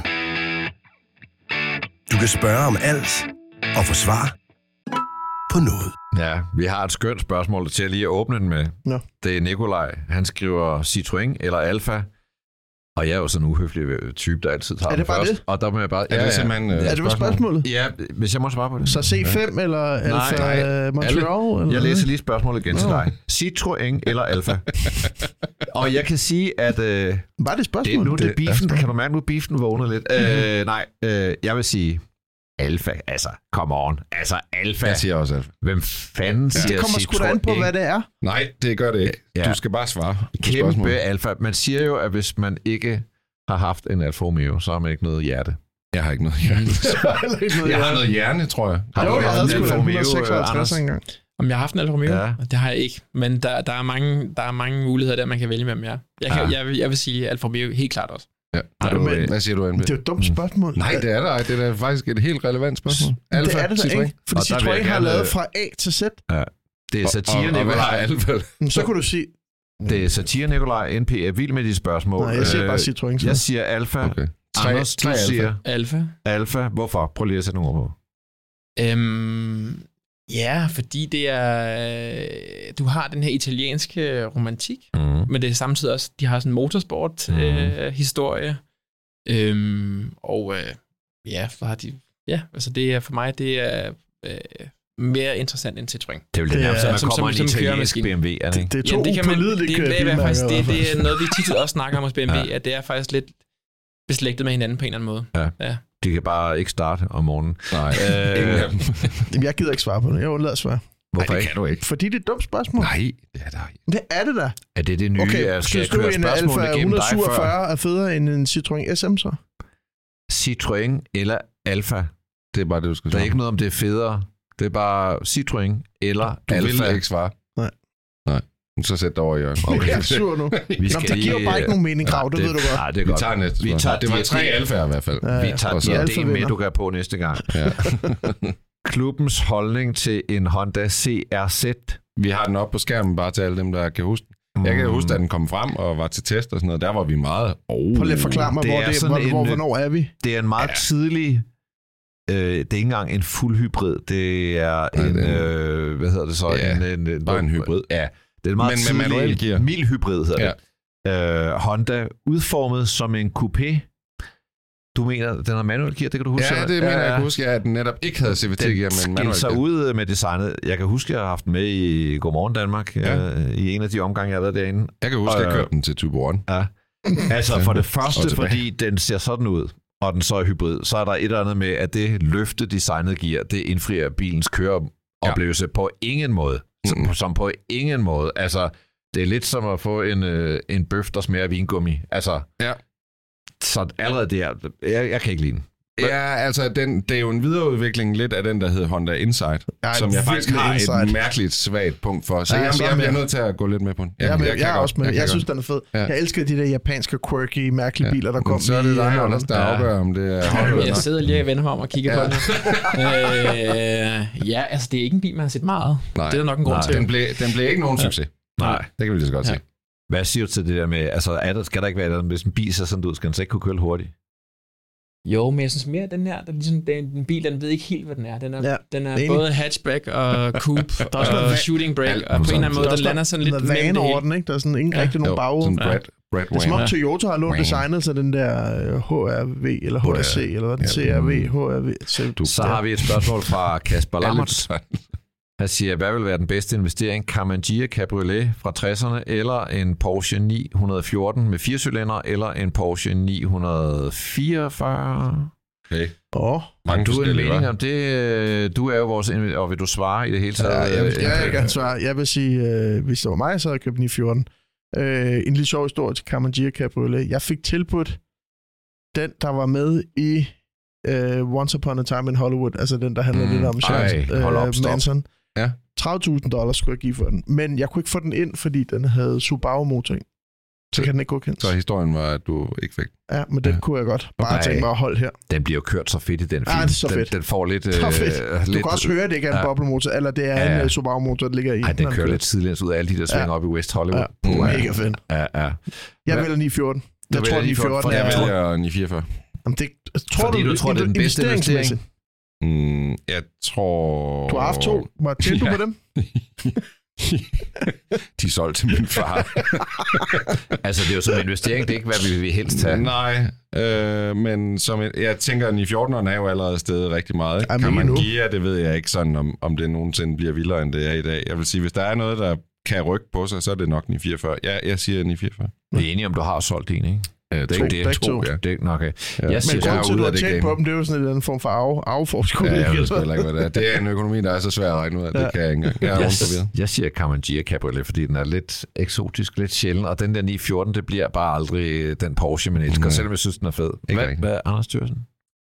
[SPEAKER 1] Du kan spørge om alt og få svar på noget.
[SPEAKER 2] Ja, vi har et skønt spørgsmål til at lige åbne den med.
[SPEAKER 5] Nå.
[SPEAKER 2] Det er Nikolaj. Han skriver Citroën eller Alfa. Og jeg er jo sådan en uhøflig type, der altid tager den først. Er det bare det? Og der må jeg bare...
[SPEAKER 3] Er det simpelthen
[SPEAKER 5] er det spørgsmålet?
[SPEAKER 2] Ja, hvis jeg må svare på det.
[SPEAKER 5] Så C5 eller Alfa Montreal? Eller
[SPEAKER 2] jeg læser lige spørgsmålet igen til dig. Citroën eller Alfa? Og jeg kan sige, at...
[SPEAKER 5] Var det spørgsmål?
[SPEAKER 2] Nu det beefen. Kan du mærke, nu beefen vågner lidt? Jeg vil sige... Alfa, altså, come on. Altså, Alfa.
[SPEAKER 3] Jeg siger også Alfa.
[SPEAKER 2] Hvem fanden siger Citroën?
[SPEAKER 5] Det kommer sgu da an på, hvad det er.
[SPEAKER 3] Nej, det gør det ikke. Ja. Du skal bare svare.
[SPEAKER 2] Kæmpe Alfa. Man siger jo, at hvis man ikke har haft en Alfa Romeo, så har man ikke noget hjerte.
[SPEAKER 3] Jeg har ikke noget hjerte. Jeg har noget hjerne, tror jeg.
[SPEAKER 5] Har du haft en Alfa Romeo, 56 engang?
[SPEAKER 4] Om jeg har haft en Alfa Romeo? Ja. Det har jeg ikke. Men der er mange muligheder der, man kan vælge mellem jer. Jeg vil sige Alfa Romeo helt klart også.
[SPEAKER 3] Ja. Hvad siger du, NB?
[SPEAKER 5] Det er jo et dumt spørgsmål.
[SPEAKER 3] Nej, det er der. Det er faktisk et helt relevant spørgsmål.
[SPEAKER 5] Alfa, det er det da ikke. Fordi Citroën har lavet fra A til Z.
[SPEAKER 2] Ja. Det er satire, Nikolaj.
[SPEAKER 5] Så kunne du sige...
[SPEAKER 2] Det er satire, Nikolaj. NP er vild med de spørgsmål.
[SPEAKER 5] Nej, jeg siger bare Citroën.
[SPEAKER 2] Jeg siger Alfa. Okay. Anders, du siger...
[SPEAKER 4] Alfa.
[SPEAKER 2] Hvorfor? Prøv lige at sætte nogle ord på.
[SPEAKER 4] Ja, fordi det er... Du har den her italienske romantik, men det er samtidig også... De har sådan en motorsport-historie. Så har de... Ja, altså det er for mig, det er mere interessant end Citroën.
[SPEAKER 2] Det er jo lidt nærmest, at der kommer en italiensk BMW, er det ikke?
[SPEAKER 5] Det er to upålidelige bilmærker.
[SPEAKER 4] Det er noget, vi tit også snakker om hos BMW, at det er faktisk lidt beslægtet med hinanden på en eller anden måde.
[SPEAKER 2] Ja. De kan bare ikke starte om morgenen.
[SPEAKER 3] Nej,
[SPEAKER 5] jeg gider ikke svare på det. Jeg undlader at svare.
[SPEAKER 2] Hvorfor
[SPEAKER 3] det kan du ikke?
[SPEAKER 5] Fordi det er et dumt spørgsmål.
[SPEAKER 3] Nej, det er der ikke.
[SPEAKER 5] Det er det da.
[SPEAKER 2] Er det det nye?
[SPEAKER 5] Okay, skal jeg køre en Alfa 147 er federe end en Citroën SM så?
[SPEAKER 2] Citroën eller Alfa.
[SPEAKER 3] Det er bare det, du skal svare.
[SPEAKER 2] Der er ikke noget om det er federe. Det er bare Citroën eller Alfa.
[SPEAKER 3] Du vil ikke svare.
[SPEAKER 5] Nej.
[SPEAKER 3] Så sæt dig over i hjørnet.
[SPEAKER 5] Okay. Jeg er sur nu. Det giver bare ikke nogen mening, Grav, det ved du godt.
[SPEAKER 2] Nej, det er godt.
[SPEAKER 3] Vi tager næste. Det var 3 Alfaer i hvert fald.
[SPEAKER 2] Vi tager diadem med, du kan på næste gang. Ja. Klubbens holdning til en Honda CRZ.
[SPEAKER 3] Vi har den op på skærmen bare til alle dem, der kan huske den. Jeg kan huske, at den kom frem og var til test og sådan noget. Der var vi meget...
[SPEAKER 5] Prøv lige at forklare mig, hvornår er vi?
[SPEAKER 2] Det er en meget tidlig... det er ikke engang en fuld hybrid. Det er en... hvad hedder det så?
[SPEAKER 3] Bare en hybrid.
[SPEAKER 2] Ja. Det er en meget tidlig mild hybrid, hedder det. Honda udformet som en coupé. Du mener, den har manuel gear, det kan du huske?
[SPEAKER 3] Ja, det mener jeg kan huske, at den netop ikke havde CVT-gear, men manuel gear.
[SPEAKER 2] Den ud med designet. Jeg kan huske, at jeg har haft den med i Godmorgen Danmark, i en af de omgange, jeg har været derinde.
[SPEAKER 3] Jeg kan huske, at jeg kørte den til Tuborg.
[SPEAKER 2] Ja. Altså for det første, fordi den ser sådan ud, og den så er hybrid, så er der et eller andet med, at det løfte designet giver, det indfrier bilens køreoplevelse på ingen måde. Som på ingen måde. Altså, det er lidt som at få en bøf, der smager vingummi. Altså, så allerede der, jeg kan ikke lide den.
[SPEAKER 3] Ja, altså, det er jo en videreudvikling lidt af den, der hedder Honda Insight, som jeg faktisk har et mærkeligt svagt punkt for. Så jeg er nødt til at gå lidt med på den.
[SPEAKER 5] Jeg er også med. Jeg synes, den er fed. Jeg elsker de der japanske, quirky, mærkelige biler, der kommer.
[SPEAKER 3] Så er det dig, Anders, der afgør, om det er...
[SPEAKER 4] Jeg sidder lige og vender mig om og kigger på den. Ja, altså, det er ikke en bil, man har set meget. Det er der nok en grund til.
[SPEAKER 3] Den blev ikke nogen succes.
[SPEAKER 2] Nej,
[SPEAKER 3] det kan vi lige så godt se.
[SPEAKER 2] Hvad siger du til det der med, altså, skal der ikke være, hvis en bil ser sådan ud, skal den så ikke kunne køre hurtigt?
[SPEAKER 4] Jo, men jeg synes mere, at den her, det er en bil, den ved ikke helt, hvad den er. Den er både hatchback og coupe og shooting brake, og på en eller anden måde, den lander sådan lidt
[SPEAKER 5] mellem det hele. Den, der er sådan ikke rigtig nogen bag.
[SPEAKER 3] Det
[SPEAKER 5] er som om Toyota har lånt designet til den der HRV, eller HRC, eller hvad den CRV, HRV.
[SPEAKER 2] Så har vi et spørgsmål fra Kasper Lammerts. Han siger, hvad vil være den bedste investering? Carmangia Cabriolet fra 60'erne, eller en Porsche 914 med 4 cylinder, eller en Porsche 944?
[SPEAKER 3] Okay. Mange
[SPEAKER 2] du har en mening
[SPEAKER 3] veje.
[SPEAKER 2] om det? Du er jo vores... Og vil du svare i det hele taget?
[SPEAKER 5] Jeg vil gerne svare. Jeg vil sige, hvis det var mig, så havde jeg købt den i 14. En lidt sjov historie til Kamangia Cabriolet. Jeg fik tilbudt den, der var med i Once Upon a Time in Hollywood, altså den, der handler lidt om Manson.
[SPEAKER 3] Ja.
[SPEAKER 5] $30,000 skulle jeg give for den. Men jeg kunne ikke få den ind, fordi den havde Subaru-motor ind. Så kan den ikke godkendes.
[SPEAKER 3] Så historien var, at du ikke fik.
[SPEAKER 5] Ja, men den kunne jeg godt bare tænke mig at holde her.
[SPEAKER 2] Den bliver jo kørt så fedt i den film.
[SPEAKER 5] Ja, det er så fedt.
[SPEAKER 2] Den får lidt...
[SPEAKER 5] Du kan også høre, at det ikke er en boblemotor, eller det er en Subaru-motor, der ligger i.
[SPEAKER 2] Nej, den kører lidt tidligere ud af alle de der svinger op i West Hollywood.
[SPEAKER 5] Ja, mega fedt.
[SPEAKER 2] Ja.
[SPEAKER 5] Jeg vælger 914. Jeg tror, 914
[SPEAKER 3] Jeg
[SPEAKER 5] er...
[SPEAKER 3] vælger 944.
[SPEAKER 5] Jamen, det, tror
[SPEAKER 2] fordi du tror, det er den bedste investering?
[SPEAKER 3] Jeg tror...
[SPEAKER 5] Du har haft 2. Hvad tjente du på dem?
[SPEAKER 3] De er solgt til min far.
[SPEAKER 2] Altså, det er jo som en investering, det er ikke, hvad vi vil helst have.
[SPEAKER 3] Nej, men som jeg tænker, at i 14'eren er jo allerede stedet rigtig meget.
[SPEAKER 5] Jamen,
[SPEAKER 3] kan man
[SPEAKER 5] nu.
[SPEAKER 3] give det ved jeg ikke sådan, om det nogensinde bliver vildere, end det er i dag. Jeg vil sige, hvis der er noget, der kan rykke på sig, så er det nok 944. Jeg siger 944.
[SPEAKER 2] Vi er enige om, du har solgt en, ikke?
[SPEAKER 3] Det
[SPEAKER 2] er
[SPEAKER 5] to.
[SPEAKER 2] Ja. Det er nok, okay.
[SPEAKER 3] Ja.
[SPEAKER 2] Jeg siger,
[SPEAKER 5] Men grund til, at du har tjent
[SPEAKER 3] game.
[SPEAKER 5] på dem, det er jo sådan en form for arveforskud.
[SPEAKER 3] Ja, jeg ved sgu heller ikke, hvad det er. Det er en økonomi, der er så svær at regne ud af. Det kan jeg ikke engang. Jeg er rundt forvirret.
[SPEAKER 2] Jeg siger Kamangia Cabriolet, fordi den er lidt eksotisk, lidt sjælden, og den der 914, det bliver bare aldrig den Porsche, man elsker, selvom jeg synes, den er fed. Hvad er Anders Thøgersen?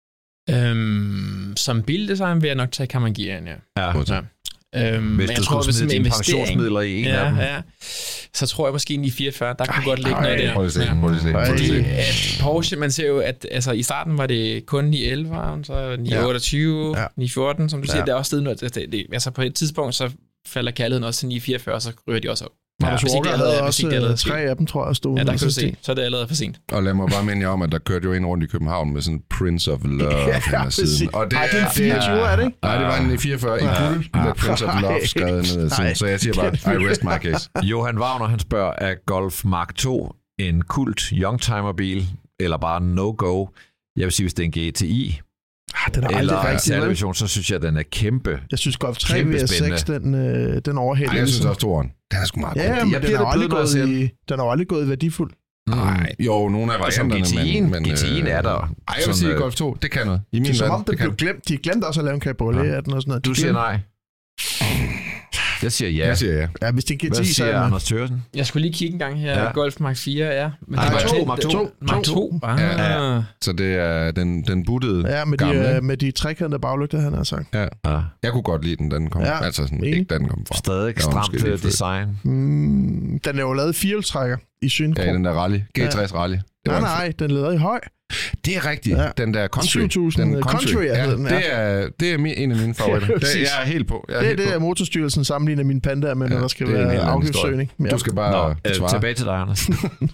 [SPEAKER 4] Som bildesign vil jeg nok tage Kamangiaen, ja.
[SPEAKER 2] Hvis du skulle smide dine pensionsmidler i en af dem.
[SPEAKER 4] Ja. Så tror jeg måske 944, der kunne godt ligge noget der.
[SPEAKER 3] Prøv at se.
[SPEAKER 4] Porsche, man ser jo, at altså, i starten var det kun 911, så 928, 914, som du siger, der er også stedet noget. Altså på et tidspunkt, så falder kærligheden også til 944, og så ryger de også op.
[SPEAKER 5] Hvis ikke det havde også 3 af dem, tror jeg, stod.
[SPEAKER 4] Ja, der kan du se. Så er det allerede for sent.
[SPEAKER 3] Og lad mig bare minde jer om, at der kørte jo en rundt i København med sådan Prince of Love siden. Og det
[SPEAKER 5] er en 24, er det ikke?
[SPEAKER 3] Nej, det var en 44 i guld med Prince of Love skrevet ned. Så jeg siger bare, I rest my case.
[SPEAKER 2] Johan Wagner, han spørger, er Golf Mark 2 en kult youngtimer-bil, eller bare no-go? Jeg vil sige, hvis det er en GTI,
[SPEAKER 5] den er
[SPEAKER 2] eller
[SPEAKER 5] aldrig
[SPEAKER 2] en
[SPEAKER 5] rigtig,
[SPEAKER 2] særlig så synes jeg, den er kæmpe.
[SPEAKER 5] Jeg synes Golf 3 V6, den overhælder.
[SPEAKER 3] Jeg synes også, toeren. Den er sgu meget god.
[SPEAKER 5] Ja, men den har jo aldrig gået værdifuld.
[SPEAKER 3] Nej, jo, nogle af varianterne, men
[SPEAKER 2] GTI'en er der.
[SPEAKER 3] Jeg vil sige, Golf 2, det kan noget. I min
[SPEAKER 5] det er som om, det blev glemt. De glemte også at lave en cabriolet af den og sådan noget.
[SPEAKER 2] Du siger nej. Jeg siger ja.
[SPEAKER 3] Jeg siger ja.
[SPEAKER 5] Ja, hvis det er en GTI,
[SPEAKER 2] hvad siger Anders Thøgersen?
[SPEAKER 4] Jeg skulle lige kigge en gang her. Ja. Golf Mark 4, ja. Men
[SPEAKER 2] nej,
[SPEAKER 4] Mark 2.
[SPEAKER 3] Ja. Så det er den buttede
[SPEAKER 5] ja, med de trekantede baglygter, han har sagt.
[SPEAKER 3] Ja. Jeg kunne godt lide den kom.
[SPEAKER 5] Ja.
[SPEAKER 3] Altså sådan, ikke da den kom fra.
[SPEAKER 2] Stadig stramt design.
[SPEAKER 5] Den er jo lavet firehjulstrækker i synkro.
[SPEAKER 3] Ja, den der rally. G60 rally.
[SPEAKER 5] Nej, den leder i høj.
[SPEAKER 3] Det er rigtigt. Ja. Den der Country.
[SPEAKER 5] 7000
[SPEAKER 3] den
[SPEAKER 5] Country,
[SPEAKER 3] ja, det er en af mine favoritter. Jeg er helt på.
[SPEAKER 5] Det er Motorstyrelsen sammenligner mine pandaer med, når der skal være afgiftssøgning.
[SPEAKER 3] Du skal bare svare.
[SPEAKER 2] Tilbage til dig, Anders.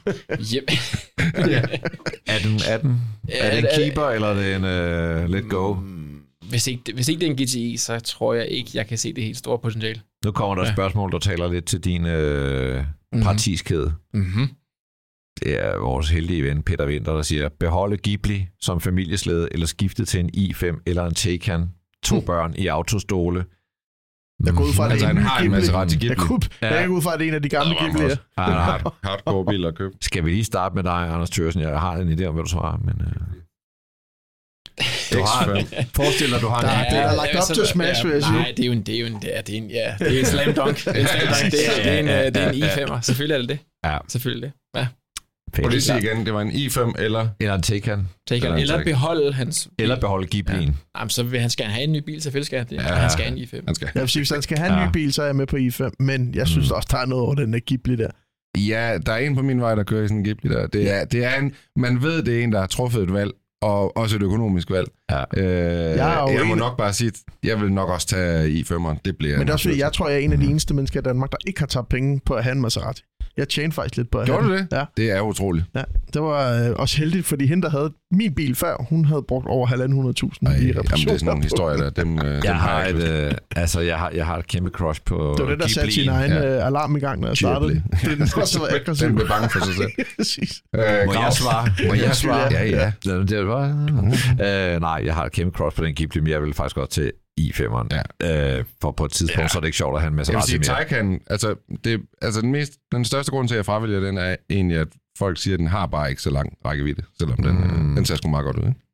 [SPEAKER 2] Er det en keeper, eller er det en let go?
[SPEAKER 4] Hvis ikke det er en GTI, så tror jeg ikke, jeg kan se det helt store potentiale.
[SPEAKER 2] Nu kommer der et spørgsmål, der taler lidt til din partiskhed.
[SPEAKER 4] Mm-hmm.
[SPEAKER 2] Det er vores heldige ven, Peter Winter, der siger, beholde Ghibli som familieslæde, eller skifte til en i5 eller en Taycan. 2 børn i autostole.
[SPEAKER 5] Jeg går ud fra, at
[SPEAKER 3] han har en masse ret til Ghibli.
[SPEAKER 5] Jeg går ud fra, at det er en af de gamle Ghibli'er.
[SPEAKER 3] Hardcore biler at købe.
[SPEAKER 2] Skal vi lige starte med dig, Anders Thøgersen? Jeg har en idé om, hvad du svarer, men... Forestil dig, du har en...
[SPEAKER 5] Det er lagt op til smash, vil jeg sige.
[SPEAKER 4] Nej, det er en slam dunk. Det er en i5'er. Selvfølgelig er det det.
[SPEAKER 2] Ja.
[SPEAKER 4] Selvfølgelig det. Ja.
[SPEAKER 3] Prøv lige sige igen, det var en i5 eller
[SPEAKER 2] en Taycan.
[SPEAKER 4] Eller beholde hans bil.
[SPEAKER 2] Eller beholde Ghibli'en. Ja.
[SPEAKER 4] Jamen, så vil han skal have en ny bil, selvfølgelig skal han det. Han skal have en i5.
[SPEAKER 5] Jeg vil sige, hvis han skal have en ny bil, så er jeg med på i5, men jeg synes også, der er noget over den der Ghibli der.
[SPEAKER 3] Ja, der er en på min vej, der kører i sådan en Ghibli der. Det er en, man ved, det er en, der har truffet et valg, og også et økonomisk valg. Ja. Jeg må nok bare sige, jeg vil nok også tage i5'eren. Det bliver.
[SPEAKER 5] Men det er også, jeg tror, jeg er en af de eneste mennesker i Danmark, der ikke har taget penge på at have en Maserati. Jeg tjente faktisk lidt på at
[SPEAKER 3] Gjorde
[SPEAKER 5] have
[SPEAKER 3] du det?
[SPEAKER 5] Ja.
[SPEAKER 3] Det er utroligt.
[SPEAKER 5] Ja, det var også heldigt, fordi hende, der havde min bil før, hun havde brugt over 150.000 i reparation.
[SPEAKER 3] Det er sådan nogle historier der.
[SPEAKER 2] Jeg har et kæmpe crush på
[SPEAKER 5] det var det, der satte sin egen alarm i gang, når jeg startede. Den også aggressiv.
[SPEAKER 3] Den blev bange for sig selv.
[SPEAKER 2] Må jeg svare? Ja. Det var... nej, jeg har et kæmpe crush på den Ghibli, men jeg vil faktisk godt til i5'eren. Ja. For på et tidspunkt, så er det ikke sjovt at have en masse
[SPEAKER 3] Maserati mere. Jeg vil sige, Taycan, den største grund til, at jeg fravælger den, er egentlig, at folk siger, at den har bare ikke så lang rækkevidde, selvom den ser sgu meget godt ud. Ikke?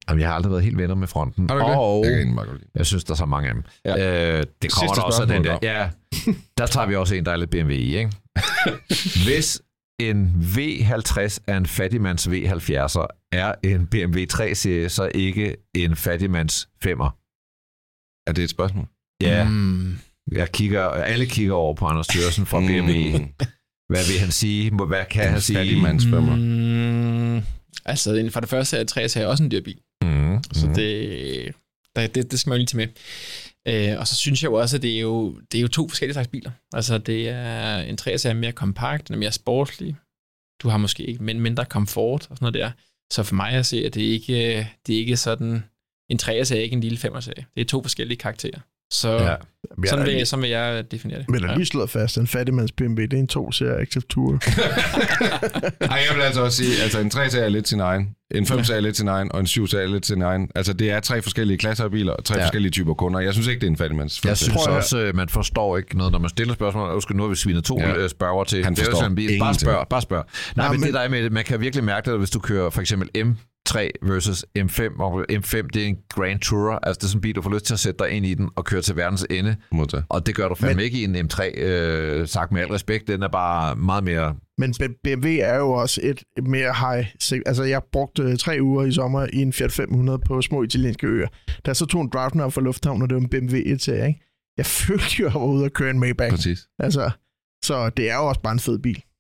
[SPEAKER 2] Jamen, jeg har aldrig været helt venner med fronten.
[SPEAKER 3] Har du det?
[SPEAKER 2] Og
[SPEAKER 3] Jeg kan egentlig meget godt lide.
[SPEAKER 2] jeg synes, der er så mange af dem.
[SPEAKER 3] Ja.
[SPEAKER 2] Det kommer
[SPEAKER 3] Sidste
[SPEAKER 2] der også af den der.
[SPEAKER 3] spørgsmål,
[SPEAKER 2] Ja, der tager vi også en, der er lidt BMW i, ikke? Hvis en V50 er en fattigmands V70'er, er en BMW 3-serie så ikke en fattigmands 5'er?
[SPEAKER 3] Er det et spørgsmål?
[SPEAKER 2] Ja, alle kigger over på Anders Thøgersen fra BMW. Hvad vil han sige? Hvad kan han sige?
[SPEAKER 3] Fattigmands 5'er.
[SPEAKER 4] Altså, for det første er 3-serie også en dyr bil. Så det skal man jo lige tage med. Og så synes jeg jo også, at det er jo to forskellige slags biler. Altså, det er en 3-serie mere kompakt, den er mere sportslig. Du har måske ikke mindre komfort og sådan noget der. Så for mig at se, at det er ikke sådan, en 3-serie er ikke en lille 5'er-serie. Det er to forskellige karakterer. Så sådan vil jeg definere det.
[SPEAKER 5] Men der lige slået fast, en fattigmands BMW, det er en 2-serie Active Tour.
[SPEAKER 3] Ej, jeg vil altså også sige, altså en 3-serie er lidt sin egen, en 5-serie er lidt sin egen, og en 7-serie er lidt sin egen. Altså det er 3 forskellige klasser af biler, og 3 forskellige typer kunder. Jeg synes ikke, det er en fattigmands.
[SPEAKER 2] Jeg synes også, man forstår ikke noget, når man stiller spørgsmål. Nu har vi svinet 2 spørger til.
[SPEAKER 3] Han forstår
[SPEAKER 2] bil. Bare spørg. Nej, men det der er med, man kan virkelig mærke det, hvis du kører for eksempel M3 versus M5, og M5, det er en Grand Tourer. Altså det er sådan en bil, du får lyst til at sætte dig ind i den og køre til verdens ende. Og det gør du fandme ikke i en M3, sagt med al respekt. Den er bare meget mere...
[SPEAKER 5] Men BMW er jo også et mere high... Altså, jeg brugte 3 uger i sommer i en Fiat 500 på små italienske øer. Da så tog en drive op fra lufthavnen, og det var en BMW 1-serie, ikke? Jeg følte jo, at jeg var ude at køre en Maybach.
[SPEAKER 3] Præcis.
[SPEAKER 5] Altså, så det er jo også bare en fed bil.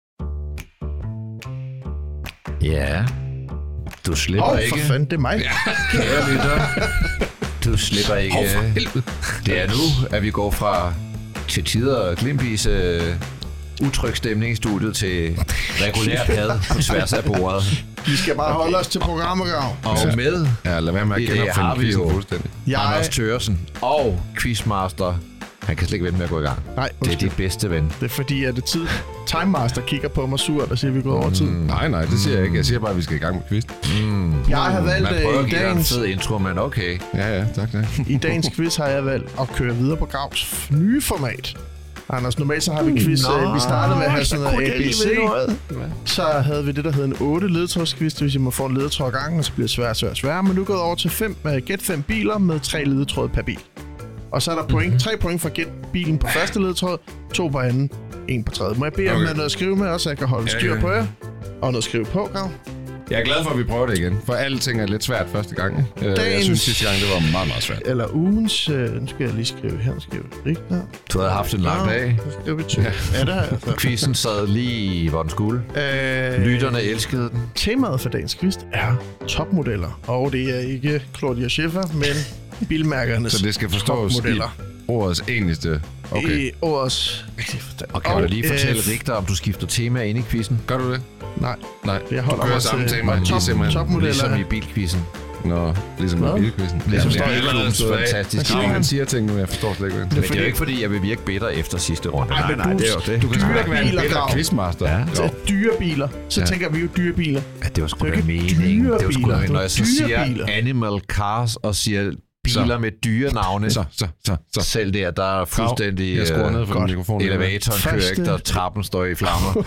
[SPEAKER 2] Ja... Du slipper ikke.
[SPEAKER 5] For fanden, det er mig.
[SPEAKER 2] Kære lytter, du slipper ikke. Det er nu, at vi går fra til tider Glimtbys utryg stemning i studiet til regulær pad på tværs af bordet.
[SPEAKER 5] Vi skal bare holde os til programmet, Grav.
[SPEAKER 2] Og med
[SPEAKER 3] lad være med at genopfinde quizzen fuldstændig.
[SPEAKER 2] Anders Thøgersen og quizmaster. Han kan slet ikke vente med at gå i gang.
[SPEAKER 5] Nej,
[SPEAKER 2] det er dit bedste ven.
[SPEAKER 5] Det er fordi, at det tid. Time Master kigger på mig surt og siger, at vi går over tid.
[SPEAKER 3] Nej, det siger jeg ikke. Jeg siger bare, at vi skal i gang med quizzen.
[SPEAKER 5] Jeg har valgt
[SPEAKER 2] man prøver at give dig en
[SPEAKER 5] dagens...
[SPEAKER 2] fed intro, men okay.
[SPEAKER 3] Ja, tak.
[SPEAKER 5] I dagens quiz har jeg valgt at køre videre på Gravs nye format. Anders, normalt så har vi quiz. Vi startede med at have sådan noget ABC. Så havde vi det, der hedder en 8 ledetrådsquiz. Det vil sige, at man får en ledetråd ad gangen, og så bliver det svært. Men nu er gået over til gæt 5 biler med 3 ledetråde per bil. Og så er der point, 3 point for gæt bilen på første ledetråd, 2 på anden, 1 på tredje. Må jeg bede om noget at skrive med, også så jeg kan holde styr på jer? Og noget at skrive på, Grav?
[SPEAKER 3] Jeg er glad for, at vi prøver det igen, for alle ting er lidt svært første gang. Jeg synes sidste gang, det var meget, meget svært.
[SPEAKER 5] Eller ugens... Nu skal jeg lige skrive her.
[SPEAKER 2] Du havde haft en lang dag.
[SPEAKER 5] Ja, det har jeg.
[SPEAKER 2] Quizzen sad lige, hvor den skulle. Lytterne elskede den.
[SPEAKER 5] Temaet for dagens quiz er topmodeller. Og det er ikke Claudia Schiffer, men bilmærkernes
[SPEAKER 3] så det skal forstås i ordets enligste. Okay.
[SPEAKER 5] I ordets...
[SPEAKER 2] Og kan du lige fortælle Rigter, om du skifter tema ind i quizzen?
[SPEAKER 3] Gør du det?
[SPEAKER 5] Nej.
[SPEAKER 3] Jeg holder du kører samme tema.
[SPEAKER 5] Topmodeller.
[SPEAKER 2] Ligesom i bilquizzen.
[SPEAKER 3] Nå, ligesom i bilquizzen.
[SPEAKER 2] Ligesom det er fantastisk.
[SPEAKER 3] Han siger ting nu, jeg forstår slet ikke.
[SPEAKER 2] Men det er jo ikke, fordi jeg vil virke bitter efter sidste runde.
[SPEAKER 5] Nej,
[SPEAKER 2] det er jo det.
[SPEAKER 3] Du kan sgu ikke være en bitter quizmaster.
[SPEAKER 5] Ja. Dyre biler. Så tænker vi jo dyre biler.
[SPEAKER 2] Ja, det var sgu da meningen. Det var sgu da, når jeg så siger Animal Cars og siger biler med dyre navne.
[SPEAKER 3] Så.
[SPEAKER 2] Selv der er fuldstændig
[SPEAKER 3] jeg skruer ned for mikrofonen.
[SPEAKER 2] Elevatoren kører ikke, der trappen står i flammer.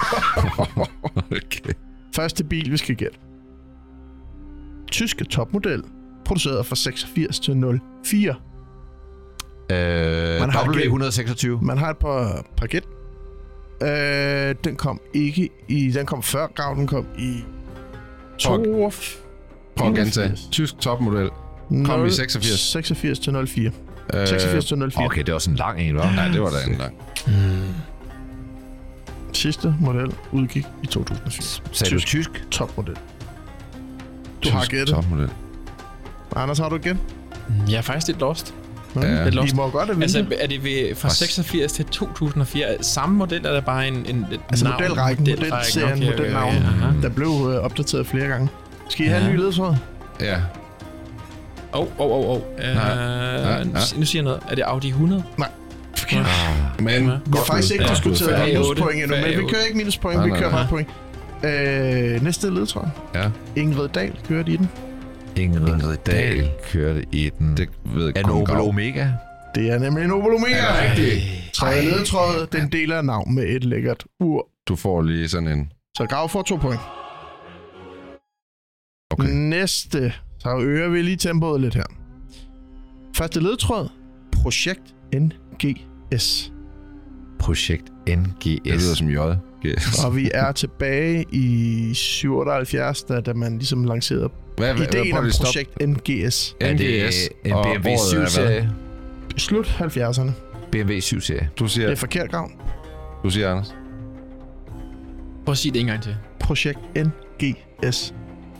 [SPEAKER 3] Okay.
[SPEAKER 5] Første bil, vi skal gætte. Tyske topmodel, produceret fra 86 til 04.
[SPEAKER 2] W126.
[SPEAKER 5] Man har et par gæt. Den kom ikke i... Den kom før Grav, den kom i...
[SPEAKER 3] Prøv at gentage. Tysk topmodel. Kom i 86.
[SPEAKER 5] 86 til 04. 86 til 04.
[SPEAKER 2] Okay, det var sådan en lang en, hva'?
[SPEAKER 3] Ja, det var da en lang.
[SPEAKER 5] Sidste model udgik i 2004.
[SPEAKER 2] Sagde du tysk?
[SPEAKER 5] Topmodel. Du har gættet.
[SPEAKER 3] Topmodel.
[SPEAKER 5] Altså, har du igen?
[SPEAKER 4] Jeg er faktisk lidt lost.
[SPEAKER 5] Ja. Vi må godt have vinde.
[SPEAKER 4] Altså, er det fra 86 til 2004 samme model, eller er det bare en
[SPEAKER 5] altså
[SPEAKER 4] navn?
[SPEAKER 5] Modelserien, modelnavn, der blev opdateret flere gange. Skal I have en ny ledetråd?
[SPEAKER 3] Ja.
[SPEAKER 4] Nu siger jeg noget. Er det Audi 100?
[SPEAKER 5] Nej.
[SPEAKER 3] Men
[SPEAKER 5] vi har faktisk ikke diskuteret minuspoint endnu, men vi kører ikke minuspoint, vi kører bare point. Næste ledetråd.
[SPEAKER 3] Ja.
[SPEAKER 5] Ingrid Dahl kørte i den.
[SPEAKER 2] Ingrid Dahl kørte i den.
[SPEAKER 3] Det ved
[SPEAKER 2] en Opel Omega.
[SPEAKER 5] Det er nemlig en Opel Omega, rigtigt. Tredje ledetråd, den deler navn med et lækkert ur.
[SPEAKER 3] Du får lige sådan en...
[SPEAKER 5] Så Grav får 2 point.
[SPEAKER 3] Okay.
[SPEAKER 5] Næste Så øger vi lige tempoet lidt her. Første ledtråd. Projekt NGS.
[SPEAKER 2] Projekt NGS.
[SPEAKER 3] Det lyder som J.
[SPEAKER 5] Og vi er tilbage i 77, da man ligesom lancerede ideen om Projekt NGS.
[SPEAKER 2] Er det en BMW 7-serie?
[SPEAKER 5] Slut 70'erne.
[SPEAKER 2] BMW 7-serie.
[SPEAKER 3] Du siger...
[SPEAKER 5] Det er forkert, Grav.
[SPEAKER 3] Du siger, Anders.
[SPEAKER 4] Prøv at sige det en gang til.
[SPEAKER 5] Projekt NGS.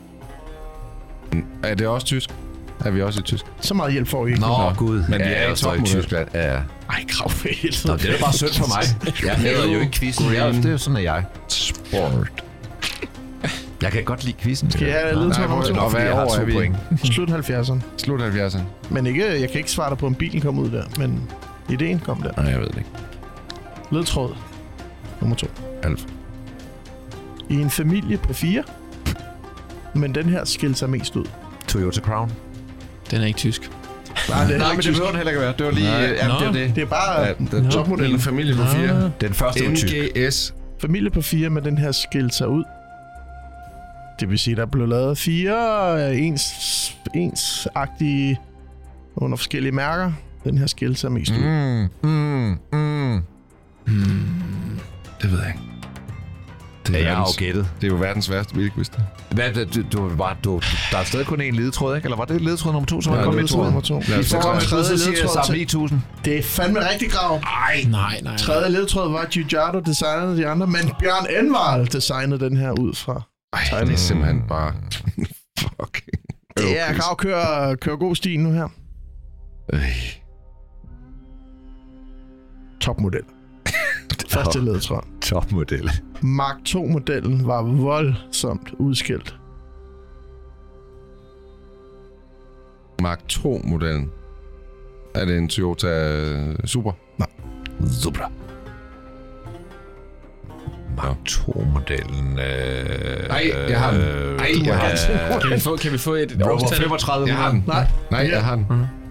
[SPEAKER 3] Er det også tysk? Er vi også i tysk?
[SPEAKER 5] Så meget hjælp får I ikke.
[SPEAKER 2] Nå, gud.
[SPEAKER 3] Men vi er jo
[SPEAKER 2] i Tyskland. Ja.
[SPEAKER 5] Ej, Grav, for helvede.
[SPEAKER 2] Nå, det er da bare synd for mig. Jeg hader jo ikke quizzen. Det er jo sådan, at jeg.
[SPEAKER 3] Sport.
[SPEAKER 2] Jeg kan godt lide quizzen.
[SPEAKER 5] Skal jeg have ledtråd nummer 2?
[SPEAKER 3] Og hvad
[SPEAKER 2] jeg har
[SPEAKER 3] år er
[SPEAKER 2] 2
[SPEAKER 3] vi?
[SPEAKER 2] point.
[SPEAKER 5] Slut 70'erne.
[SPEAKER 3] Slut 70'erne.
[SPEAKER 5] Men ikke, jeg kan ikke svare dig på, om bilen kom ud der, men ideen kom der.
[SPEAKER 3] Nej, jeg ved det ikke.
[SPEAKER 5] Ledtråd nummer 2.
[SPEAKER 3] Alf.
[SPEAKER 5] I en familie på 4, men den her skilte sig mest ud.
[SPEAKER 2] Toyota Crown.
[SPEAKER 4] Den er ikke tysk.
[SPEAKER 5] Nej, det er
[SPEAKER 2] Nej,
[SPEAKER 5] ikke
[SPEAKER 2] men det
[SPEAKER 5] tysk.
[SPEAKER 2] behøver den heller ikke være. Det var lige...
[SPEAKER 3] Nej.
[SPEAKER 2] Jamen, det er det.
[SPEAKER 5] Det er bare topmodellen.
[SPEAKER 3] En familie på 4.
[SPEAKER 2] Den første var tysk.
[SPEAKER 3] NGS.
[SPEAKER 5] Familie på 4, men den her skilte sig ud. Det vil sige, der blev lavet 4 ensagtige under forskellige mærker. Den her skilte sig mest ud.
[SPEAKER 3] Det ved jeg ikke.
[SPEAKER 2] Ja, jeg har jo gættet.
[SPEAKER 3] Det er jo verdens værste bilquiz.
[SPEAKER 2] Hvad, der er stadig kun én ledetråd, ikke? Eller var det ledetråd nummer 2, som var kommet i
[SPEAKER 5] Ledtråd nummer 2.
[SPEAKER 3] Lad os
[SPEAKER 2] Så
[SPEAKER 3] tage
[SPEAKER 2] kommer
[SPEAKER 3] tredje.
[SPEAKER 2] jeg så siger jeg sammen 9.000.
[SPEAKER 5] Det er fandme rigtig, Grav.
[SPEAKER 4] Nej.
[SPEAKER 5] Tredje ledtråd var Giugiaro designede de andre, men Bjørn Envald designede den her ud fra.
[SPEAKER 3] Ej, det er simpelthen bare... fucking...
[SPEAKER 5] Det er Grav kører god stil nu her. Topmodel. Første ledtråd.
[SPEAKER 2] Topmodel.
[SPEAKER 5] Mark II-modellen var voldsomt udskilt.
[SPEAKER 3] Mark II-modellen. Er det en Toyota Supra?
[SPEAKER 2] Supra. Mark II-modellen.
[SPEAKER 3] Nej, jeg har den. Nej, jeg har den.
[SPEAKER 4] Kan vi få et
[SPEAKER 2] Rover
[SPEAKER 4] årstal?
[SPEAKER 2] 35.
[SPEAKER 3] Jeg har den. Nej, jeg har den.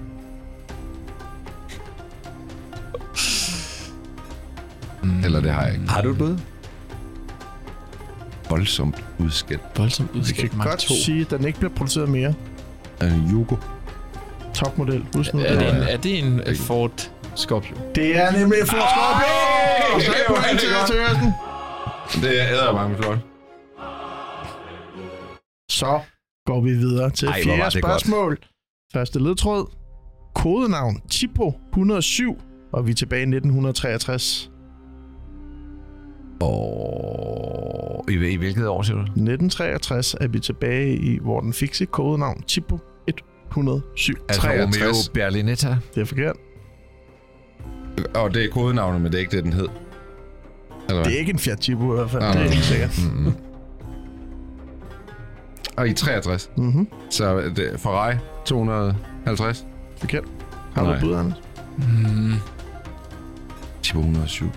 [SPEAKER 3] Eller det har jeg ikke.
[SPEAKER 2] Har du et bud?
[SPEAKER 3] Voldsomt udskilt.
[SPEAKER 4] Voldsomt
[SPEAKER 5] Vi
[SPEAKER 4] udskilt
[SPEAKER 5] kan
[SPEAKER 4] Mark
[SPEAKER 5] godt
[SPEAKER 4] II.
[SPEAKER 5] sige, at den ikke bliver produceret mere.
[SPEAKER 3] Yugo.
[SPEAKER 5] Topmodel. Husk nu.
[SPEAKER 4] Er det en Ford Scorpio?
[SPEAKER 5] Det er nemlig en Ford Scorpio! 3 point til Hørsten.
[SPEAKER 3] Det er mange flot.
[SPEAKER 5] Så går vi videre til
[SPEAKER 2] Ej, hvor var
[SPEAKER 5] fjerde
[SPEAKER 2] det godt.
[SPEAKER 5] spørgsmål. Første ledtråd. Kodenavn Tipo 107. Og vi er tilbage i 1963.
[SPEAKER 2] I hvilket år, siger du?
[SPEAKER 5] 1963 er vi tilbage i, hvor den fik sit kodenavn Tipo 107.
[SPEAKER 2] Altså Romeo
[SPEAKER 3] 63.
[SPEAKER 2] Berlinetta.
[SPEAKER 5] Det er forkert.
[SPEAKER 3] Og det er kodenavnet, men det er ikke det, den hed. Eller
[SPEAKER 5] Det
[SPEAKER 3] hvad?
[SPEAKER 5] er ikke en Fiat Tipo i hvert fald.
[SPEAKER 3] Nej,
[SPEAKER 5] Det er
[SPEAKER 3] nej.
[SPEAKER 5] helt sikkert.
[SPEAKER 3] Og i 63.
[SPEAKER 5] Mhm.
[SPEAKER 3] Så det er Ferrari 250.
[SPEAKER 5] Forkert. Har du
[SPEAKER 3] Nej.
[SPEAKER 5] et bud, Anders?
[SPEAKER 3] Tipo 107.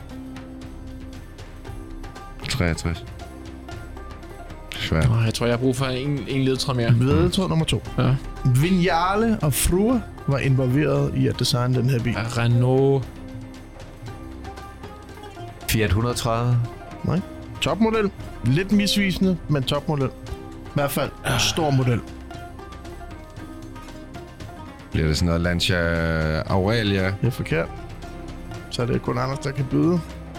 [SPEAKER 3] 63. Svært.
[SPEAKER 4] Jeg tror, jeg har brug for en ledtråd mere.
[SPEAKER 5] Ledtråd nummer 2.
[SPEAKER 4] Ja.
[SPEAKER 5] Vignale og Frue var involveret i at designe den her bil.
[SPEAKER 4] Renault.
[SPEAKER 2] Fiat 130.
[SPEAKER 5] Topmodel. Lidt misvisende, men topmodel. I hvert fald en stor model.
[SPEAKER 3] Bliver det sådan noget Lancia Aurelia?
[SPEAKER 5] Det er forkert. Så er det kun Anders, der kan byde.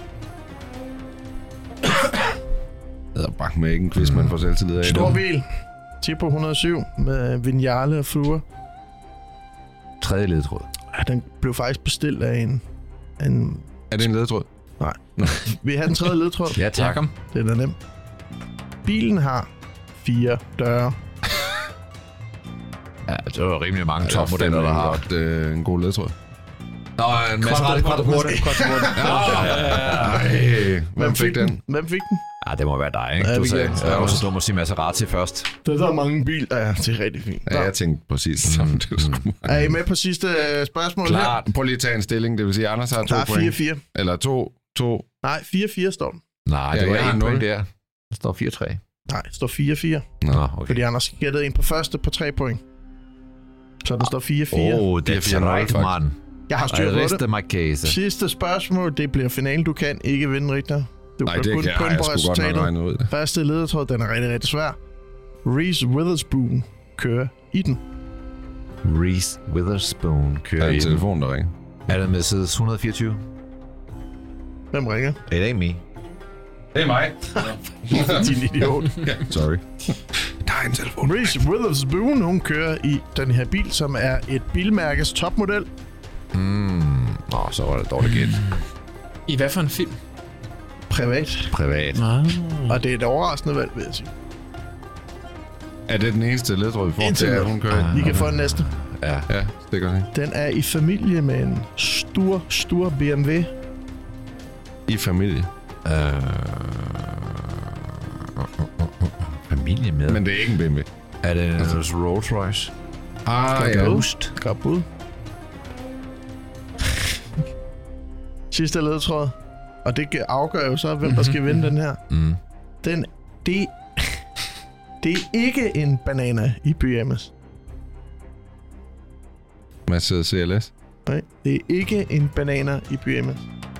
[SPEAKER 3] Det er bare med ikke en quiz, man får selvtillid af.
[SPEAKER 5] Stor bil. Tipo 107 med Vignale og Frue.
[SPEAKER 2] Tredje ledetråd.
[SPEAKER 5] Ja, den blev faktisk bestilt af en...
[SPEAKER 3] Er det en ledetråd?
[SPEAKER 5] Nej. Vi har den tredje ledtråd.
[SPEAKER 2] Ja, tak.
[SPEAKER 5] Den er nem. Bilen har 4 døre.
[SPEAKER 2] Ja, det var rimelig mange topmodeller, der har.
[SPEAKER 3] En god ledetråd.
[SPEAKER 2] Nå, en Maserati Quattroporte.
[SPEAKER 3] Hvem fik den?
[SPEAKER 5] Hvem fik den?
[SPEAKER 2] Ja, det må være dig, ikke?
[SPEAKER 5] Ja,
[SPEAKER 2] Du
[SPEAKER 5] vi
[SPEAKER 2] sagde,
[SPEAKER 5] kan-
[SPEAKER 2] jeg var så dum at sige Maserati først.
[SPEAKER 5] Det er mange biler. Ja, det er rigtig fint.
[SPEAKER 3] Ja, jeg tænkte præcis sammen.
[SPEAKER 5] Er I med på sidste spørgsmål
[SPEAKER 2] Klart.
[SPEAKER 3] Prøv lige at tage en stilling. Det vil sige, at Anders har
[SPEAKER 5] her?
[SPEAKER 3] 2
[SPEAKER 5] Der er
[SPEAKER 3] point.
[SPEAKER 5] 4-4.
[SPEAKER 3] Eller 2.
[SPEAKER 5] Nej, 4-4 står den.
[SPEAKER 2] Nej, det
[SPEAKER 3] Ja,
[SPEAKER 2] var
[SPEAKER 3] jeg har
[SPEAKER 2] en point
[SPEAKER 3] 0.
[SPEAKER 2] der. Der står 4-3.
[SPEAKER 5] Nej, det står 4-4.
[SPEAKER 2] Nå, okay.
[SPEAKER 5] Fordi Anders gættede en på første på 3 point. Så den står 4-4.
[SPEAKER 2] Det er
[SPEAKER 3] 4-4,
[SPEAKER 2] right,
[SPEAKER 3] faktisk.
[SPEAKER 2] man.
[SPEAKER 5] Jeg har styr
[SPEAKER 2] I
[SPEAKER 5] på
[SPEAKER 2] rest
[SPEAKER 5] det.
[SPEAKER 2] my case.
[SPEAKER 5] Sidste spørgsmål, det bliver finalen. Du kan ikke vinde, Richter. Du
[SPEAKER 3] Nej,
[SPEAKER 5] kan
[SPEAKER 3] det
[SPEAKER 5] kun
[SPEAKER 3] kan
[SPEAKER 5] point
[SPEAKER 3] jeg
[SPEAKER 5] på
[SPEAKER 3] sgu godt nok
[SPEAKER 5] resultatet.
[SPEAKER 3] regne ud.
[SPEAKER 5] Første ledetråd, den er rigtig, rigtig svær. Reese Witherspoon kører i den.
[SPEAKER 2] Reese Witherspoon kører
[SPEAKER 3] Der er
[SPEAKER 2] i
[SPEAKER 3] en
[SPEAKER 2] den.
[SPEAKER 3] telefon, der ringer.
[SPEAKER 2] Er det Mercedes 124?
[SPEAKER 5] Hvem ringer?
[SPEAKER 2] It ain't me.
[SPEAKER 3] Det er mig.
[SPEAKER 5] Din idiot.
[SPEAKER 2] Sorry.
[SPEAKER 3] Der er en telefon.
[SPEAKER 5] Reese Witherspoon, hun kører i den her bil, som er et bilmærkes topmodel.
[SPEAKER 2] Så var det dårligt gæt.
[SPEAKER 4] I hvad for en film?
[SPEAKER 5] Privat.
[SPEAKER 2] Privat.
[SPEAKER 5] Og det er et overraskende valg, vil jeg sige.
[SPEAKER 3] Er det den eneste ledtråd, vi får
[SPEAKER 5] Indtil
[SPEAKER 3] til, at
[SPEAKER 5] videre.
[SPEAKER 3] hun kører?
[SPEAKER 5] I kan få den næste.
[SPEAKER 2] Ja.
[SPEAKER 3] Ja, det gør det.
[SPEAKER 5] Den er i familie med en stor BMW.
[SPEAKER 3] I familie.
[SPEAKER 2] Familie med.
[SPEAKER 3] Men det er ikke en BMW.
[SPEAKER 2] Er det Rolls Royce?
[SPEAKER 5] Ghost. Godt bud. Sidste ledtråd. Og det afgør jo så, hvem der skal vinde den her. Det er ikke en banana i pyjamas.
[SPEAKER 3] Mercedes CLS.
[SPEAKER 5] Nej, det er ikke en banana i pyjamas.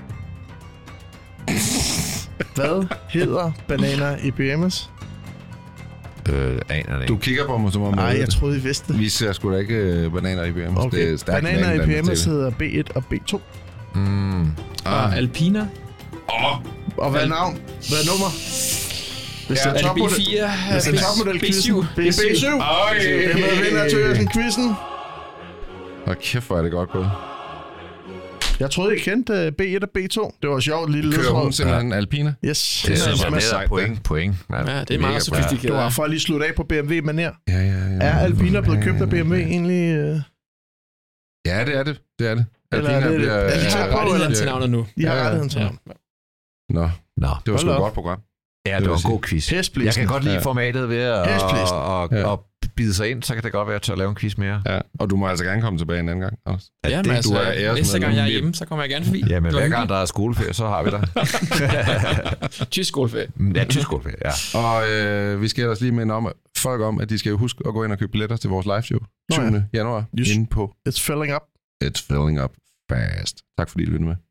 [SPEAKER 5] Hvad hedder bananer i pyjamas?
[SPEAKER 2] Aner det
[SPEAKER 3] Du
[SPEAKER 2] ikke.
[SPEAKER 3] kigger på mig som om...
[SPEAKER 5] Nej, jeg troede, I vidste det.
[SPEAKER 3] Vi ser sgu da ikke bananer i pyjamas.
[SPEAKER 5] Okay.
[SPEAKER 3] Det er stærkt
[SPEAKER 5] Bananer i
[SPEAKER 3] landlandet
[SPEAKER 5] pyjamas
[SPEAKER 3] til.
[SPEAKER 5] hedder B1 og B2.
[SPEAKER 4] Og Alpina?
[SPEAKER 5] Og hvad er navn? Hvad er nummer? Hvis det
[SPEAKER 4] Er
[SPEAKER 5] er
[SPEAKER 4] det
[SPEAKER 5] topmodel,
[SPEAKER 4] B4?
[SPEAKER 5] hvis det er topmodel-quizzen.
[SPEAKER 4] B7?
[SPEAKER 5] Det er B7. Hvem vinder Tøgersen-quizzen?
[SPEAKER 3] Hold kæft, hvor er det godt gået.
[SPEAKER 5] Jeg troede, I kendte B1 og B2. Det var sjovt, lille
[SPEAKER 3] Kører
[SPEAKER 5] ledtråd.
[SPEAKER 3] hun simpelthen Alpina?
[SPEAKER 5] Yes.
[SPEAKER 2] Det er
[SPEAKER 3] simpelthen
[SPEAKER 2] simpelthen
[SPEAKER 3] sejt,
[SPEAKER 2] point.
[SPEAKER 4] Ja, det er
[SPEAKER 3] Mega
[SPEAKER 4] meget
[SPEAKER 3] bra.
[SPEAKER 4] sofistikeret.
[SPEAKER 5] Det var for at lige slutte af på BMW-manér.
[SPEAKER 3] Ja.
[SPEAKER 5] Er Alpina blevet købt af BMW egentlig?
[SPEAKER 3] Ja, det er det. Det er det.
[SPEAKER 5] Eller
[SPEAKER 3] Alpina
[SPEAKER 5] er det-
[SPEAKER 3] bliver...
[SPEAKER 5] er det
[SPEAKER 4] De
[SPEAKER 5] tæt
[SPEAKER 4] har
[SPEAKER 5] på,
[SPEAKER 4] rettigheden
[SPEAKER 5] eller?
[SPEAKER 4] til navnet nu.
[SPEAKER 5] De har
[SPEAKER 3] Ja,
[SPEAKER 5] rettigheden til
[SPEAKER 4] Ja.
[SPEAKER 5] ham.
[SPEAKER 3] Nå,
[SPEAKER 2] Nå.
[SPEAKER 3] det var
[SPEAKER 5] Hold
[SPEAKER 3] sgu et
[SPEAKER 5] op.
[SPEAKER 3] godt program.
[SPEAKER 2] Ja, det var en god quiz.
[SPEAKER 5] Hestblæsen.
[SPEAKER 2] Jeg kan godt lide
[SPEAKER 3] Ja.
[SPEAKER 2] formatet ved at bide sig ind, så kan det godt være, at jeg tør lave en quiz mere.
[SPEAKER 3] Ja, og du må altså gerne komme tilbage en anden gang også.
[SPEAKER 4] Ja, men
[SPEAKER 3] du
[SPEAKER 4] altså,
[SPEAKER 3] er æresmedlem.
[SPEAKER 4] næste gang jeg er hjemme, så kommer jeg gerne forbi.
[SPEAKER 2] Ja, men
[SPEAKER 4] Det var
[SPEAKER 2] hver gang der er skoleferie, så har vi dig.
[SPEAKER 4] Tysk skoleferie.
[SPEAKER 2] Ja, tysk skoleferie, ja.
[SPEAKER 3] Og vi skal ellers lige minde folk om, at de skal jo huske at gå ind og købe billetter til vores liveshow 20. januar
[SPEAKER 5] Yes.
[SPEAKER 3] inde på
[SPEAKER 5] It's filling up.
[SPEAKER 3] It's Filling Up Fast. Tak fordi I lyttede med.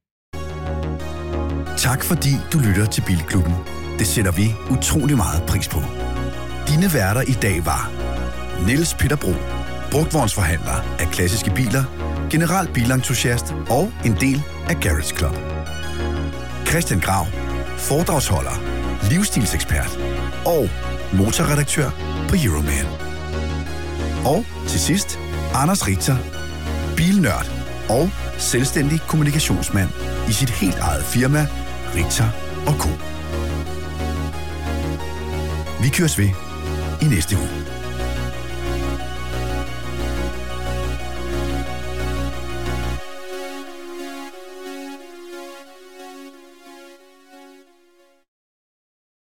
[SPEAKER 1] Tak fordi du lytter til Bilklubben. Det sætter vi utrolig meget pris på. Dine værter i dag var Niels Peter Bro, brugtvognsforhandler af klassiske biler, general bilentusiast og en del af Garage Club. Christian Grav, foredragsholder, livsstilsekspert og motorredaktør på Euroman. Og til sidst, Anders Richter, bilnørd og selvstændig kommunikationsmand i sit helt eget firma, Richter & Co. Vi køres ved i næste uge.